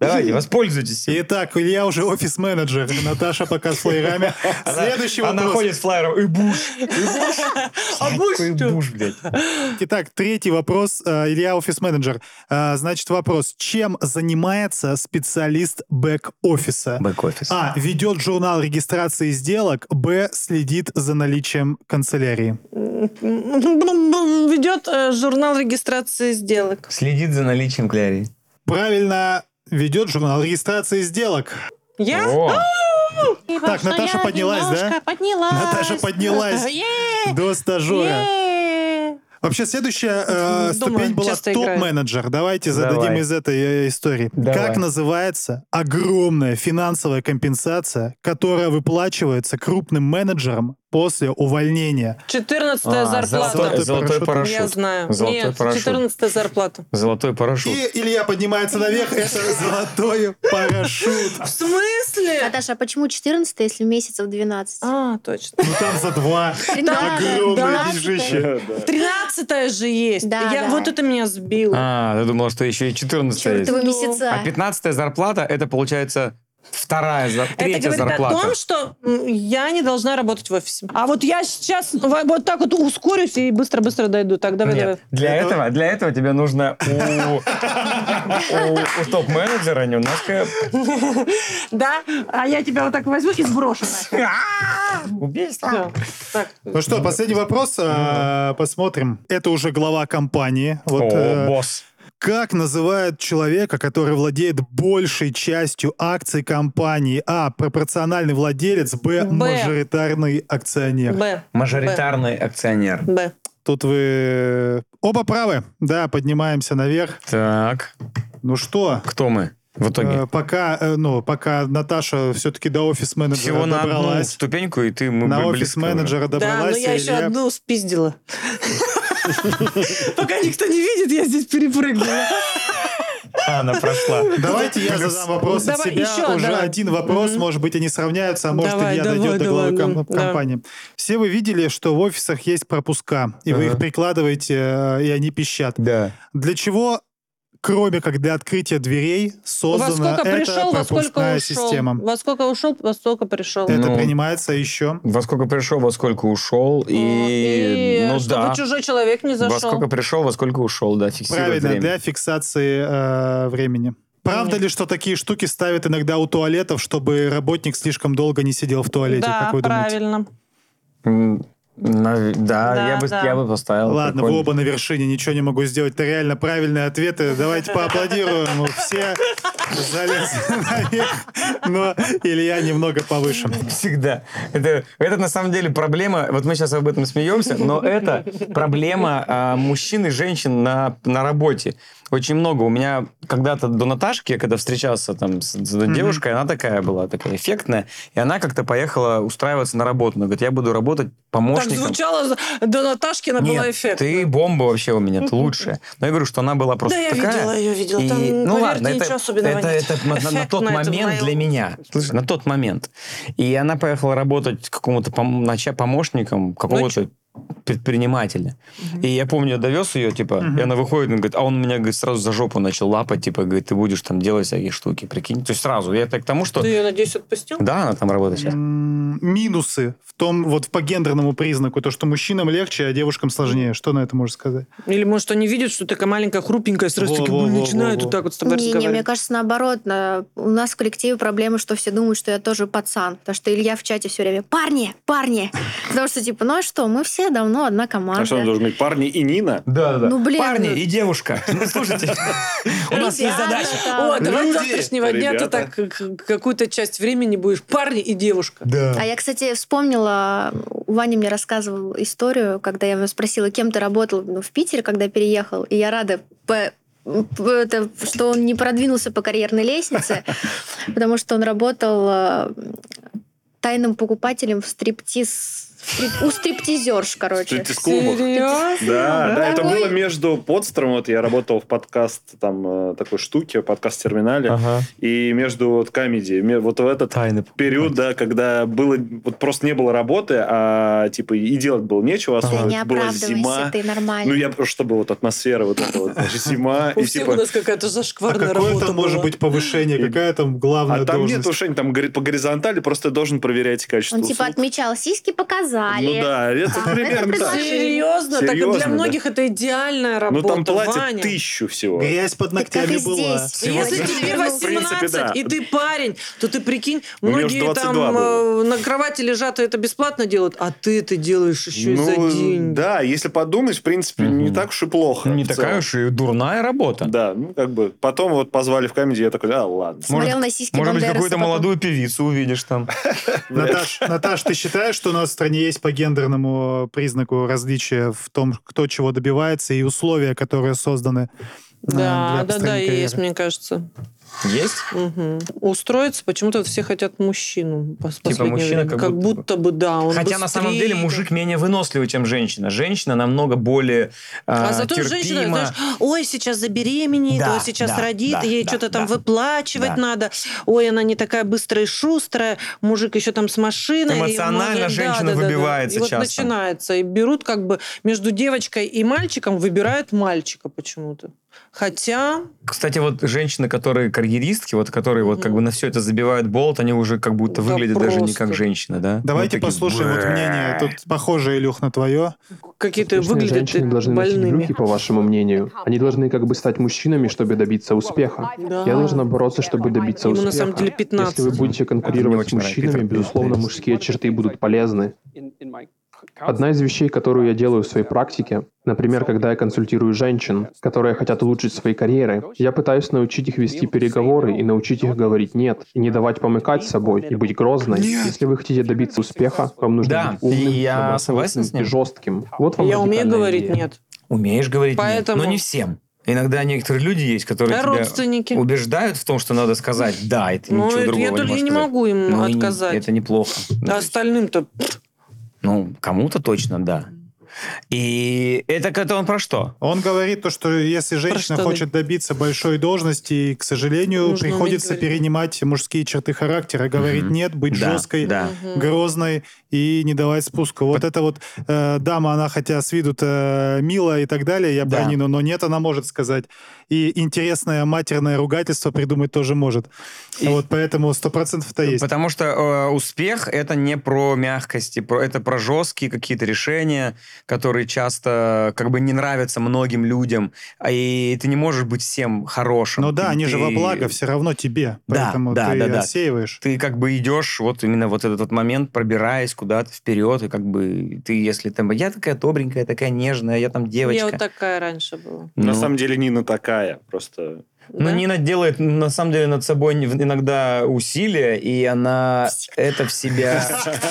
Давайте, воспользуйтесь. Итак, Илья уже офис-менеджер, Наташа пока с флеерами. Следующий вопрос. Она ходит с флайером. И Буш. А Буш И что? Буш, блядь. Итак, третий вопрос. Илья офис-менеджер. Значит, вопрос. Чем занимается специалист бэк-офиса? Бэк-офис. А. Ведет журнал регистрации сделок. Б. Следит за наличием канцелярии. Ведет журнал регистрации сделок. Следит за наличием клярии. Правильно, ведет журнал регистрации сделок. Я? О, Так, Наташа поднялась, да? Поднялась. Наташа поднялась до стажера. Вообще, следующая ступень была часто играю. топ-менеджер. Давайте зададим Давай. из этой истории. Давай. Как называется огромная финансовая компенсация, которая выплачивается крупным менеджерам после увольнения? 14-я зарплата. Золотой парашют. Я знаю. Золотой Нет, парашют. 14-я зарплата. Золотой парашют. И Илья поднимается наверх. Это золотой парашют. В смысле? Наташа, а почему 14, если месяцев 12? А, точно. Ну там за 2. Да, Огромное да. деньжище. 13-я же есть. Да, да. Вот это меня сбило. А, ты думала, что еще и 14 есть. Чертовы Ну. месяца. А 15-я зарплата, это получается Это третья говорит зарплата. о том, что я не должна работать в офисе. А вот я сейчас вот так вот ускорюсь и быстро-быстро дойду. Так, давай. Нет, для этого тебе нужно у топ-менеджера немножко Да? А я тебя вот так возьму и сброшу. убийство. Так. Ну что, последний вопрос. Посмотрим. Это уже глава компании. Вот, О, босс. как называют человека, который владеет большей частью акций компании? А. Пропорциональный владелец. Б. Мажоритарный акционер. Б. Мажоритарный акционер. Б. Тут вы оба правы. Да, поднимаемся наверх. Так, Ну что, кто мы в итоге? пока Наташа все-таки до офис-менеджера Всего на одну добралась. ступеньку, и ты мы На были близко уже. офис-менеджера Да, но добралась. я и еще Илья- одну спиздила. Пока никто не видит, я здесь перепрыгнула. Она прошла. Давайте я задам вопрос от Давай, себя. еще, Уже давай. один вопрос, может быть, они сравняются, а может, Давай, Илья давай, дойдет до главы давай, да. компании. Все вы видели, что в офисах есть пропуска, и вы их прикладываете, и они пищат. Да. Для чего, кроме как для открытия дверей, Во создана сколько эта пришел, во сколько пропускная ушел. система? Во сколько ушел, во сколько пришел. Это Ну, принимается еще. Во сколько пришел, во сколько ушел. И, ну чтобы да. чужой человек не Во зашел. сколько пришел, во сколько ушел, да, фиксирует Правильно, время. для фиксации времени. Правда ли, что такие штуки ставят иногда у туалетов, чтобы работник слишком долго не сидел в туалете, Да, как вы думаете? правильно. Да, Да, я бы поставил. Ладно, Прикольно. вы оба на вершине, ничего не могу сделать. Это реально правильные ответы. Давайте поаплодируем. Все залезли наверх, но Илья немного повыше. Всегда. Это на самом деле проблема, вот мы сейчас об этом смеемся, но это проблема мужчин и женщин на работе. Очень много. У меня когда-то до Наташки, я когда встречался там с девушкой, она такая была, такая эффектная, и она как-то поехала устраиваться на работу. Она говорит, я буду работать Так помощником. звучало, до Наташкина была Нет, эффектная. ты бомба вообще у меня, ты лучшая. Но я говорю, что она была просто Да, я такая. видела ее. И, Там, ну поверьте, ладно, ничего особенного нет. это на тот Эффектно это момент было. для меня. Слышишь, на тот момент. И она поехала работать какому-то помощником какого-то предпринимателя. И я помню, я довез ее, типа, и она выходит, и говорит, а он меня, говорит, сразу за жопу начал лапать, типа, говорит, ты будешь там делать всякие штуки, прикинь. То есть сразу. Я это к тому, что... Ты ее, надеюсь, отпустил? Да, она там работает сейчас. Минусы в том, вот по гендерному признаку, то, что мужчинам легче, а девушкам сложнее. Что на это можешь сказать? Или, может, они видят, что такая маленькая, хрупенькая, сразу такие, начинают вот так вот с тобой Не, мне разговаривать. кажется, наоборот. У нас в коллективе проблема, что все думают, что я тоже пацан. Потому что Илья в чате все время парни. Потому что, типа, ну а что, мы все давно одна команда. А что, он должен быть парни и Нина? Да. Ну, блин. Парни и девушка. Ну, слушайте, у нас есть задача. О, давай Люди, с завтрашнего дня ты ребята. так какую-то часть времени будешь парни и девушка. Да. А я, кстати, вспомнила, Ваня мне рассказывал историю, когда я его спросила, кем ты работал в Питере, когда переехал, и я рада, что он не продвинулся по карьерной лестнице, потому что он работал тайным покупателем в У стриптизерш, короче. Стриптиз-клубах. Серьезно? Да, это было между подстером, вот я работал в подкаст, там, такой штуке, подкаст-терминале, и между вот комедией. Вот в этот период, да, когда было, вот просто не было работы, а типа и делать было нечего особо. Не была зима. ты нормально. Ну, я просто, чтобы вот атмосфера вот эта вот, значит, зима. У всех у нас какая-то зашкварная работа. Какое там может быть повышение? Какая там главная должность? А там нет должность? повышения, там по горизонтали просто должен проверять качество Он типа услуг. отмечал, сиськи показали. Ну да, это примерно так. Серьезно? Так Серьезно, для многих это идеальная работа, Ну там платят Ваня. 1000 всего. Грязь под ногтями была. Если тебе 18, и ты парень, то ты прикинь, многие там на кровати лежат, и это бесплатно делают, а ты это делаешь еще и за день. Да, если подумать, в принципе, не так уж и плохо. Не такая уж и дурная работа. Да, ну как бы. Потом вот позвали в комедию, я такой, ладно. Смотрел на сиськи Может быть, Бандераса какую-то потом. молодую певицу увидишь там. Наташ, ты считаешь, что у нас в стране есть по гендерному признаку различия в том, кто чего добивается, и условия, которые созданы Да, для построения карьеры? есть, мне кажется. Есть? Устроиться почему-то все хотят мужчину. Типа мужчина как будто бы, да. Он Хотя на самом деле быстрее. мужик менее выносливый, чем женщина. Женщина намного более А зато терпима. женщина, знаешь, ой, сейчас забеременеет, Да, ой, сейчас да, родит, да, ей да, что-то там да. выплачивать Да. надо. Ой, она не такая быстрая и шустрая, мужик еще там с машиной. Эмоционально женщина выбивается И вот часто. начинается. И берут как бы между девочкой и мальчиком, выбирают мальчика почему-то. Хотя... Кстати, вот женщины, которые карьеристки, вот которые вот как бы на все это забивают болт, они уже как будто Да выглядят даже не просто. как женщина, да? Давайте Вот такие, послушаем вот мнение. Тут похоже, Илюх, на твое. Какие-то Конечно, выглядят женщины должны носить больными. брюки, по вашему мнению. Они должны как бы стать мужчинами, чтобы добиться успеха. Да. Я должна бороться, чтобы добиться Ему успеха. на самом деле 15. Если вы будете конкурировать с очень нравится. мужчинами, безусловно, мужские черты будут полезны. Одна из вещей, которую я делаю в своей практике, например, когда я консультирую женщин, которые хотят улучшить свои карьеры, я пытаюсь научить их вести переговоры и научить их говорить «нет», и не давать помыкать собой, и быть грозной. Если вы хотите добиться успеха, вам нужно Да, быть умным, и я согласен с добросовестным и ним. жестким. Вот вам Я умею радикальная говорить идея. нет. Умеешь говорить Поэтому- нет, но не всем. Иногда некоторые люди есть, которые А тебя родственники? убеждают в том, что надо сказать «да», и ты Ну, ничего это другого я только можешь не сказать. могу им Ну, и отказать. это неплохо. А остальным-то... Ну, кому-то точно да. И это он про что? Он говорит то, что если женщина что хочет добиться большой должности, к сожалению, Нужно приходится уметь говорить. перенимать мужские черты характера, говорить нет, быть Да, жесткой, да. грозной и не давать спуска. Вот это вот дама, она хотя с виду-то милая и так далее, я Да. про Нину, но нет, она может сказать. И интересное матерное ругательство придумать тоже может. Вот поэтому 100%-то есть. Потому что успех это не про мягкость, это про жесткие какие-то решения, которые часто как бы не нравятся многим людям, и ты не можешь быть всем хорошим. Но да, они же Ты- во благо все равно тебе, Да, поэтому да, ты да, да. отсеиваешь. Ты как бы идешь вот именно вот этот вот момент, пробираясь куда-то вперед, и как бы ты, если там, я такая добренькая, такая нежная, я там девочка. Я вот такая раньше была. На Ну, самом деле Нина такая, просто... Но Да? Нина делает, на самом деле, над собой иногда усилия, и она это в себя...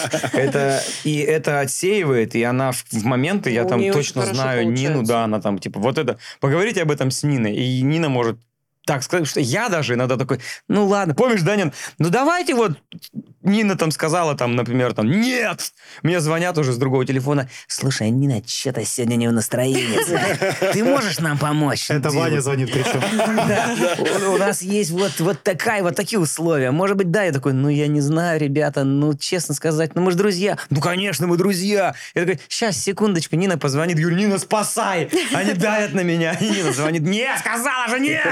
это отсеивает, и она в моменты, я Ну, у там нее точно очень хорошо знаю Нину, получается. да, она там, типа, вот это... Поговорите об этом с Ниной, и Нина может так сказать, что я даже иногда такой, ну ладно, помнишь, Данин, ну давайте вот, Нина там сказала, там, например, там, нет! Мне звонят уже с другого телефона, слушай, Нина, что-то сегодня не в настроении. Ты можешь нам помочь? Это Ваня звонит причем. У нас есть вот такие условия. Может быть, да, я такой, ну, я не знаю, ребята, ну, честно сказать, ну, мы же друзья. Ну, конечно, мы друзья. Я такой, сейчас, секундочку, Нина позвонит, говорю, Нина, спасай! Они давят на меня. И Нина звонит, нет, сказала же, нет!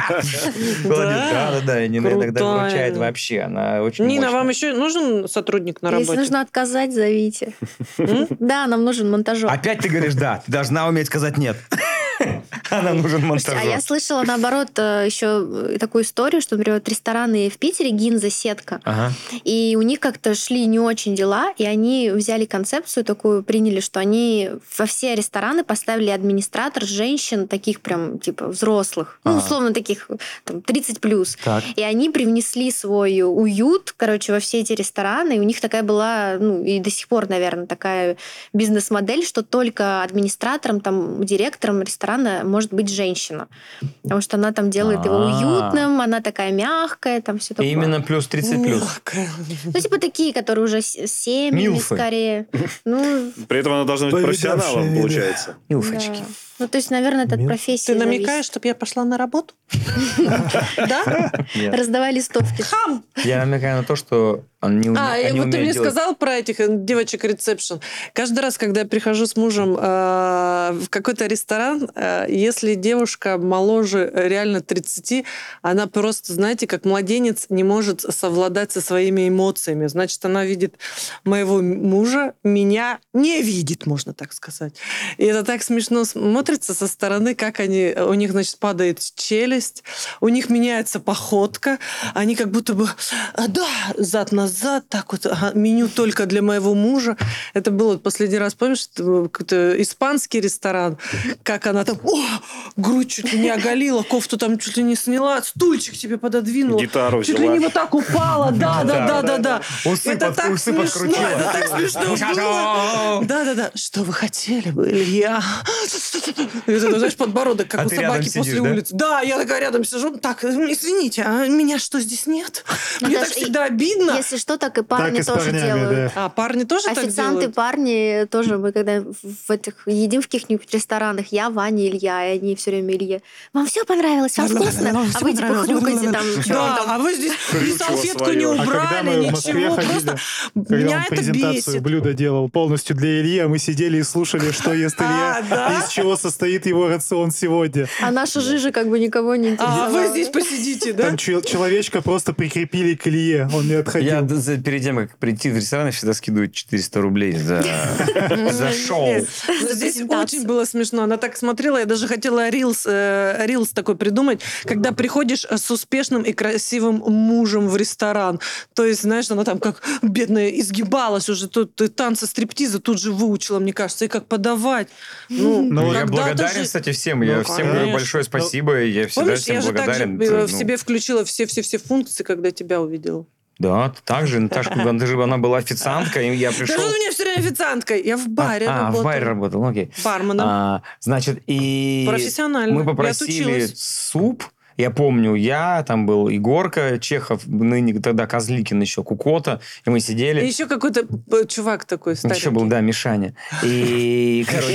Да, и Нина иногда Крутая. выручает вообще, она очень Нина, мощная. вам еще нужен сотрудник на Если работе? нужно отказать, зовите. Да, нам нужен монтажер. Опять ты говоришь да, ты должна уметь сказать нет. А нам нужен монтажер. А я слышала, наоборот, еще такую историю, что, например, вот рестораны в Питере, Гинза, сетка, Ага. и у них как-то шли не очень дела, и они взяли концепцию такую, приняли, что они во все рестораны поставили администратор женщин, таких прям, типа, взрослых, ну, Ага. условно, таких, там, 30+. Так. И они привнесли свой уют, короче, во все эти рестораны, и у них такая была, ну, и до сих пор, наверное, такая бизнес-модель, что только администратором, там, директором ресторана может быть женщина. Потому что она там делает его уютным, она такая мягкая, там все такое. Именно плюс 30 плюс. Ну, типа такие, которые уже с семьями скорее. При этом она должна быть профессионалом, получается. Милфочки. Ну, то есть, наверное, это от профессии Ты намекаешь, чтобы я пошла на работу? Да? Раздавай листовки. Хам! Я намекаю на то, что он не умеет вот ты мне делать. сказал про этих девочек ресепшн. Каждый раз, когда я прихожу с мужем в какой-то ресторан, если девушка моложе реально 30, она просто, знаете, как младенец не может совладать со своими эмоциями. Значит, она видит моего мужа, меня не видит, можно так сказать. И это так смешно смотрится со стороны, как у них, значит, падает челюсть, у них меняется походка, они как будто бы, зад-назад, так вот, меню только для моего мужа. Это было последний раз, помнишь, какой-то испанский ресторан, как она там, грудь чуть ли не оголила, кофту там чуть ли не сняла, стульчик тебе пододвинула. Гитару чуть взяла. ли не вот так упала, да. Усы подкрутила. Это так смешно было. Да. Что вы хотели бы, Илья? Это, знаешь, подбородок, как у собаки после улицы. Да, я такая рядом сижу. Так, извините, а меня что, здесь нет? Мне так всегда обидно. Если что, так и парни тоже делают. А парни тоже так делают? Официанты, парни тоже. Мы когда едим в каких-нибудь ресторанах, я, Ваня, Илья, и они все время Илье. Вам все понравилось? Вам вкусно? А вы типа хрюкаете там. Да, а вы здесь салфетку не убрали, ничего. Просто меня это презентацию бесит. блюда делал полностью для Ильи, а мы сидели и слушали, что ест Илья, и из чего состоит его рацион сегодня. А наша жижа как бы никого не интересовала. А вы здесь посидите, да? Там человечка просто прикрепили к Илье, он не отходил. Я перед тем, как прийти в ресторан, я всегда скидываю 400 рублей за шоу. Здесь очень было смешно. Она так смотрела, я даже хотела рилс такой придумать, когда приходишь с успешным и красивым мужем в ресторан. То есть, знаешь, она там как бедная изгибалась уже, тут танцы стриптиза тут же выучила, мне кажется, и как подавать. Я благодарен, кстати, всем. Я всем говорю большое спасибо, и я всегда всем благодарен. Помнишь, я же так же в себе включила все функции, когда тебя увидела. Да, так же, Наташка, она была официанткой, и я пришел... Даже у меня все время официанткой. Я в баре работала. В баре работал, окей. Барменом. Значит, и... Профессионально. Мы попросили суп. Я помню, там был Егорка Чехов, ныне тогда Козликин еще, Кукота, и мы сидели. И еще какой-то чувак такой старенький. Еще был, Мишаня. И, короче...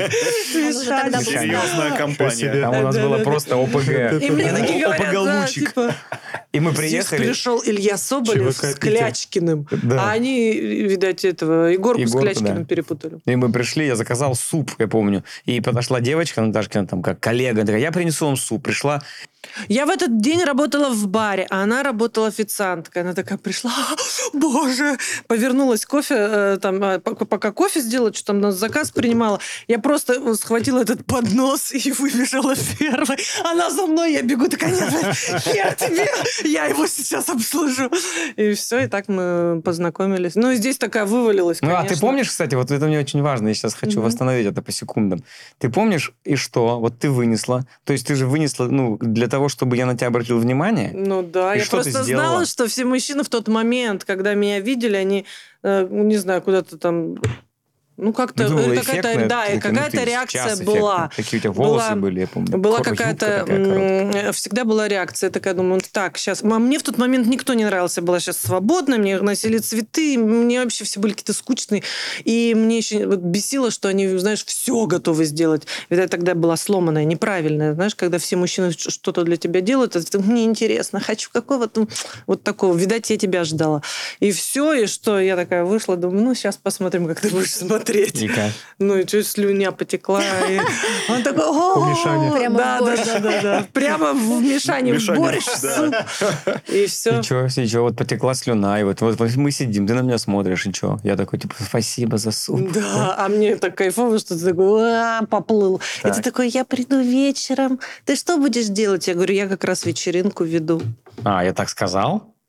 Мишаня. Серьезная компания. Там у нас было просто ОПГ. И мне такие говорят, И мы здесь приехали... пришел Илья Соболев с Клячкиным. А они, видать, Егорку с Клячкиным перепутали. И мы пришли, я заказал суп, я помню. И подошла девочка, Наташкина, там, как коллега, такая, я принесу вам суп. Пришла... Я в этот день работала в баре, а она работала официанткой. Она такая пришла, боже, повернулась кофе, пока кофе сделала, что там нас заказ принимала. Я просто схватила этот поднос и выбежала первой. Она за мной, я бегу, такая, нет, я тебе, я его сейчас обслужу. И все, и так мы познакомились. Ну, и здесь такая вывалилась, конечно. А ты помнишь, кстати, вот это мне очень важно, я сейчас хочу восстановить это по секундам. Ты помнишь, и что? Вот ты вынесла, то есть ты же вынесла, для того, чтобы я на тебя обратил внимание? Ну да, я просто знала, что все мужчины в тот момент, когда меня видели, они, не знаю, куда-то там... как-то какая-то реакция была. Какие у тебя волосы были, я помню. Была какая-то... Всегда была реакция такая, думаю, так, сейчас... Мне в тот момент никто не нравился, была сейчас свободна, мне носили цветы, мне вообще все были какие-то скучные. И мне еще бесило, что они, знаешь, все готовы сделать. Видать, тогда была сломанная, неправильная. Знаешь, когда все мужчины что-то для тебя делают, это мне интересно, хочу какого-то вот такого. Видать, я тебя ждала. И все, и что? Я такая вышла, думаю, сейчас посмотрим, как ты будешь смотреть. Ну, и чуть слюня потекла. И он такой, у Мишани. Прямо в борщ. Да. Прямо в Мишане, в борщ, в суп. И все. Ничего, вот потекла слюна, и вот мы сидим, ты на меня смотришь, и что? Я такой, спасибо за суп. Да, а мне так кайфово, что ты такой, поплыл. И ты такой, я приду вечером. Ты что будешь делать? Я говорю, я как раз вечеринку веду. Я так сказал?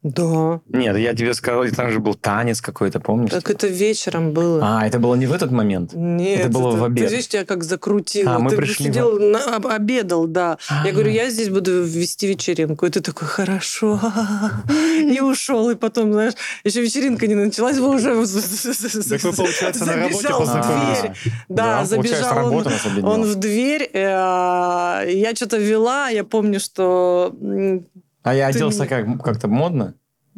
Да. Нет, я тебе сказал, там же был танец какой-то, помнишь? Так это вечером было. А, это было не в этот момент? Нет. Это было в обед? Ты видишь, тебя как закрутило. Мы ты пришли сидел, обедал, да. Я говорю, я здесь буду вести вечеринку. И ты такой, хорошо. И ушел. И потом, знаешь, еще вечеринка не началась, вы уже... Так вы, получается, на работе познакомились. Да, забежал он в дверь. Я что-то вела, я помню, что... А я оделся как-то модно?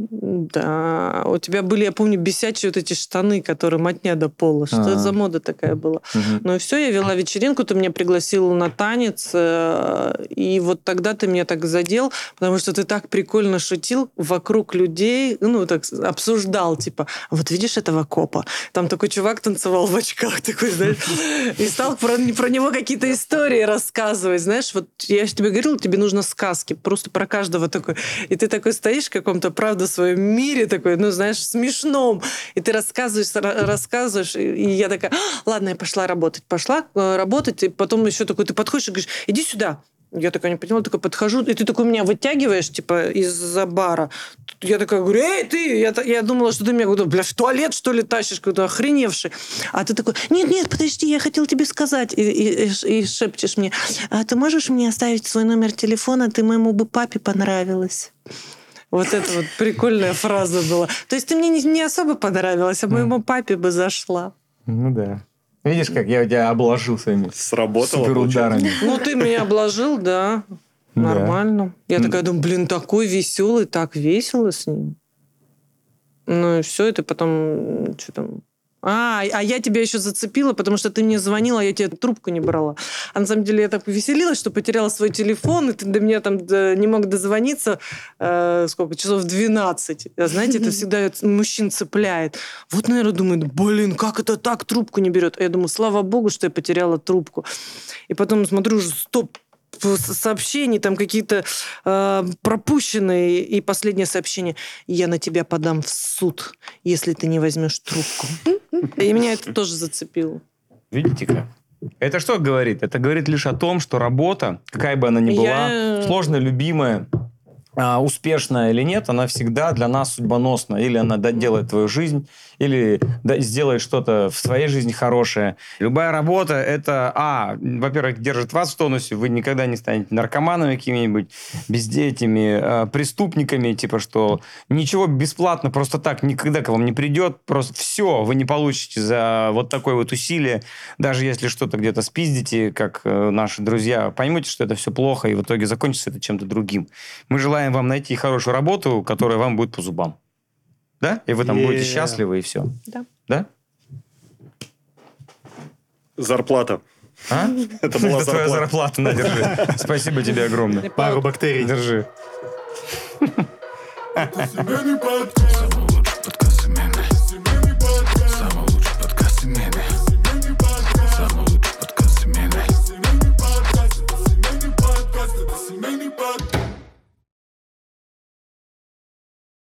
Да, у тебя были, я помню, бесячие вот эти штаны, которые мотня до пола. Что это за мода такая была? Ну и все, я вела вечеринку, ты меня пригласил на танец, и вот тогда ты меня так задел, потому что ты так прикольно шутил вокруг людей, ну так обсуждал, типа, вот видишь этого копа? Там такой чувак танцевал в очках, такой, знаешь, и стал про него какие-то истории рассказывать, знаешь, вот я же тебе говорила, тебе нужно сказки, просто про каждого такой. И ты такой стоишь в каком-то, правда, в своем мире такой, ну, знаешь, смешном. И ты рассказываешь, и я такая, ладно, я пошла работать. И потом еще такой, ты подходишь и говоришь, иди сюда. Я такая не поняла, такая подхожу, и ты такой меня вытягиваешь, типа, из-за бара. Я такая говорю, эй, ты! Я думала, что ты меня, бля, в туалет, что ли, тащишь, какой-то охреневший. А ты такой, нет, подожди, я хотел тебе сказать. И шепчешь мне, а ты можешь мне оставить свой номер телефона, ты моему бы папе понравилась. Вот это вот прикольная фраза была. То есть ты мне не особо понравилась, а моему папе бы зашла. Ну да. Видишь, как я тебя обложил своими суперударами. Ну, ты меня обложил, да. Нормально. Я такая думаю, блин, такой веселый, так весело с ним. Ну и все, и ты потом... Что там... А я тебя еще зацепила, потому что ты мне звонила, а я тебе трубку не брала. А на самом деле я так повеселилась, что потеряла свой телефон, и ты до меня там не мог дозвониться, часов 12. Знаете, это всегда мужчин цепляет. Вот, наверное, думает, блин, как это так, трубку не берет? А я думаю, слава богу, что я потеряла трубку. И потом смотрю, уже сообщений, там какие-то пропущенные, и последнее сообщение. Я на тебя подам в суд, если ты не возьмешь трубку. И меня это тоже зацепило. Видите-ка? Это что говорит? Это говорит лишь о том, что работа, какая бы она ни была, сложная, любимая, успешная или нет, она всегда для нас судьбоносна. Или она делает твою жизнь, или сделает что-то в своей жизни хорошее. Любая работа, это, во-первых, держит вас в тонусе, вы никогда не станете наркоманами какими-нибудь, бездетями, преступниками, типа, что ничего бесплатно просто так никогда к вам не придет, просто все вы не получите за вот такое вот усилие, даже если что-то где-то спиздите, как наши друзья, поймете, что это все плохо, и в итоге закончится это чем-то другим. Мы желаем вам найти хорошую работу, которая вам будет по зубам. Да? И вы там будете счастливы, и все. Да. Да? Зарплата. А? Это была твоя зарплата, на, держи. Спасибо тебе огромное. Пару бактерий. Держи.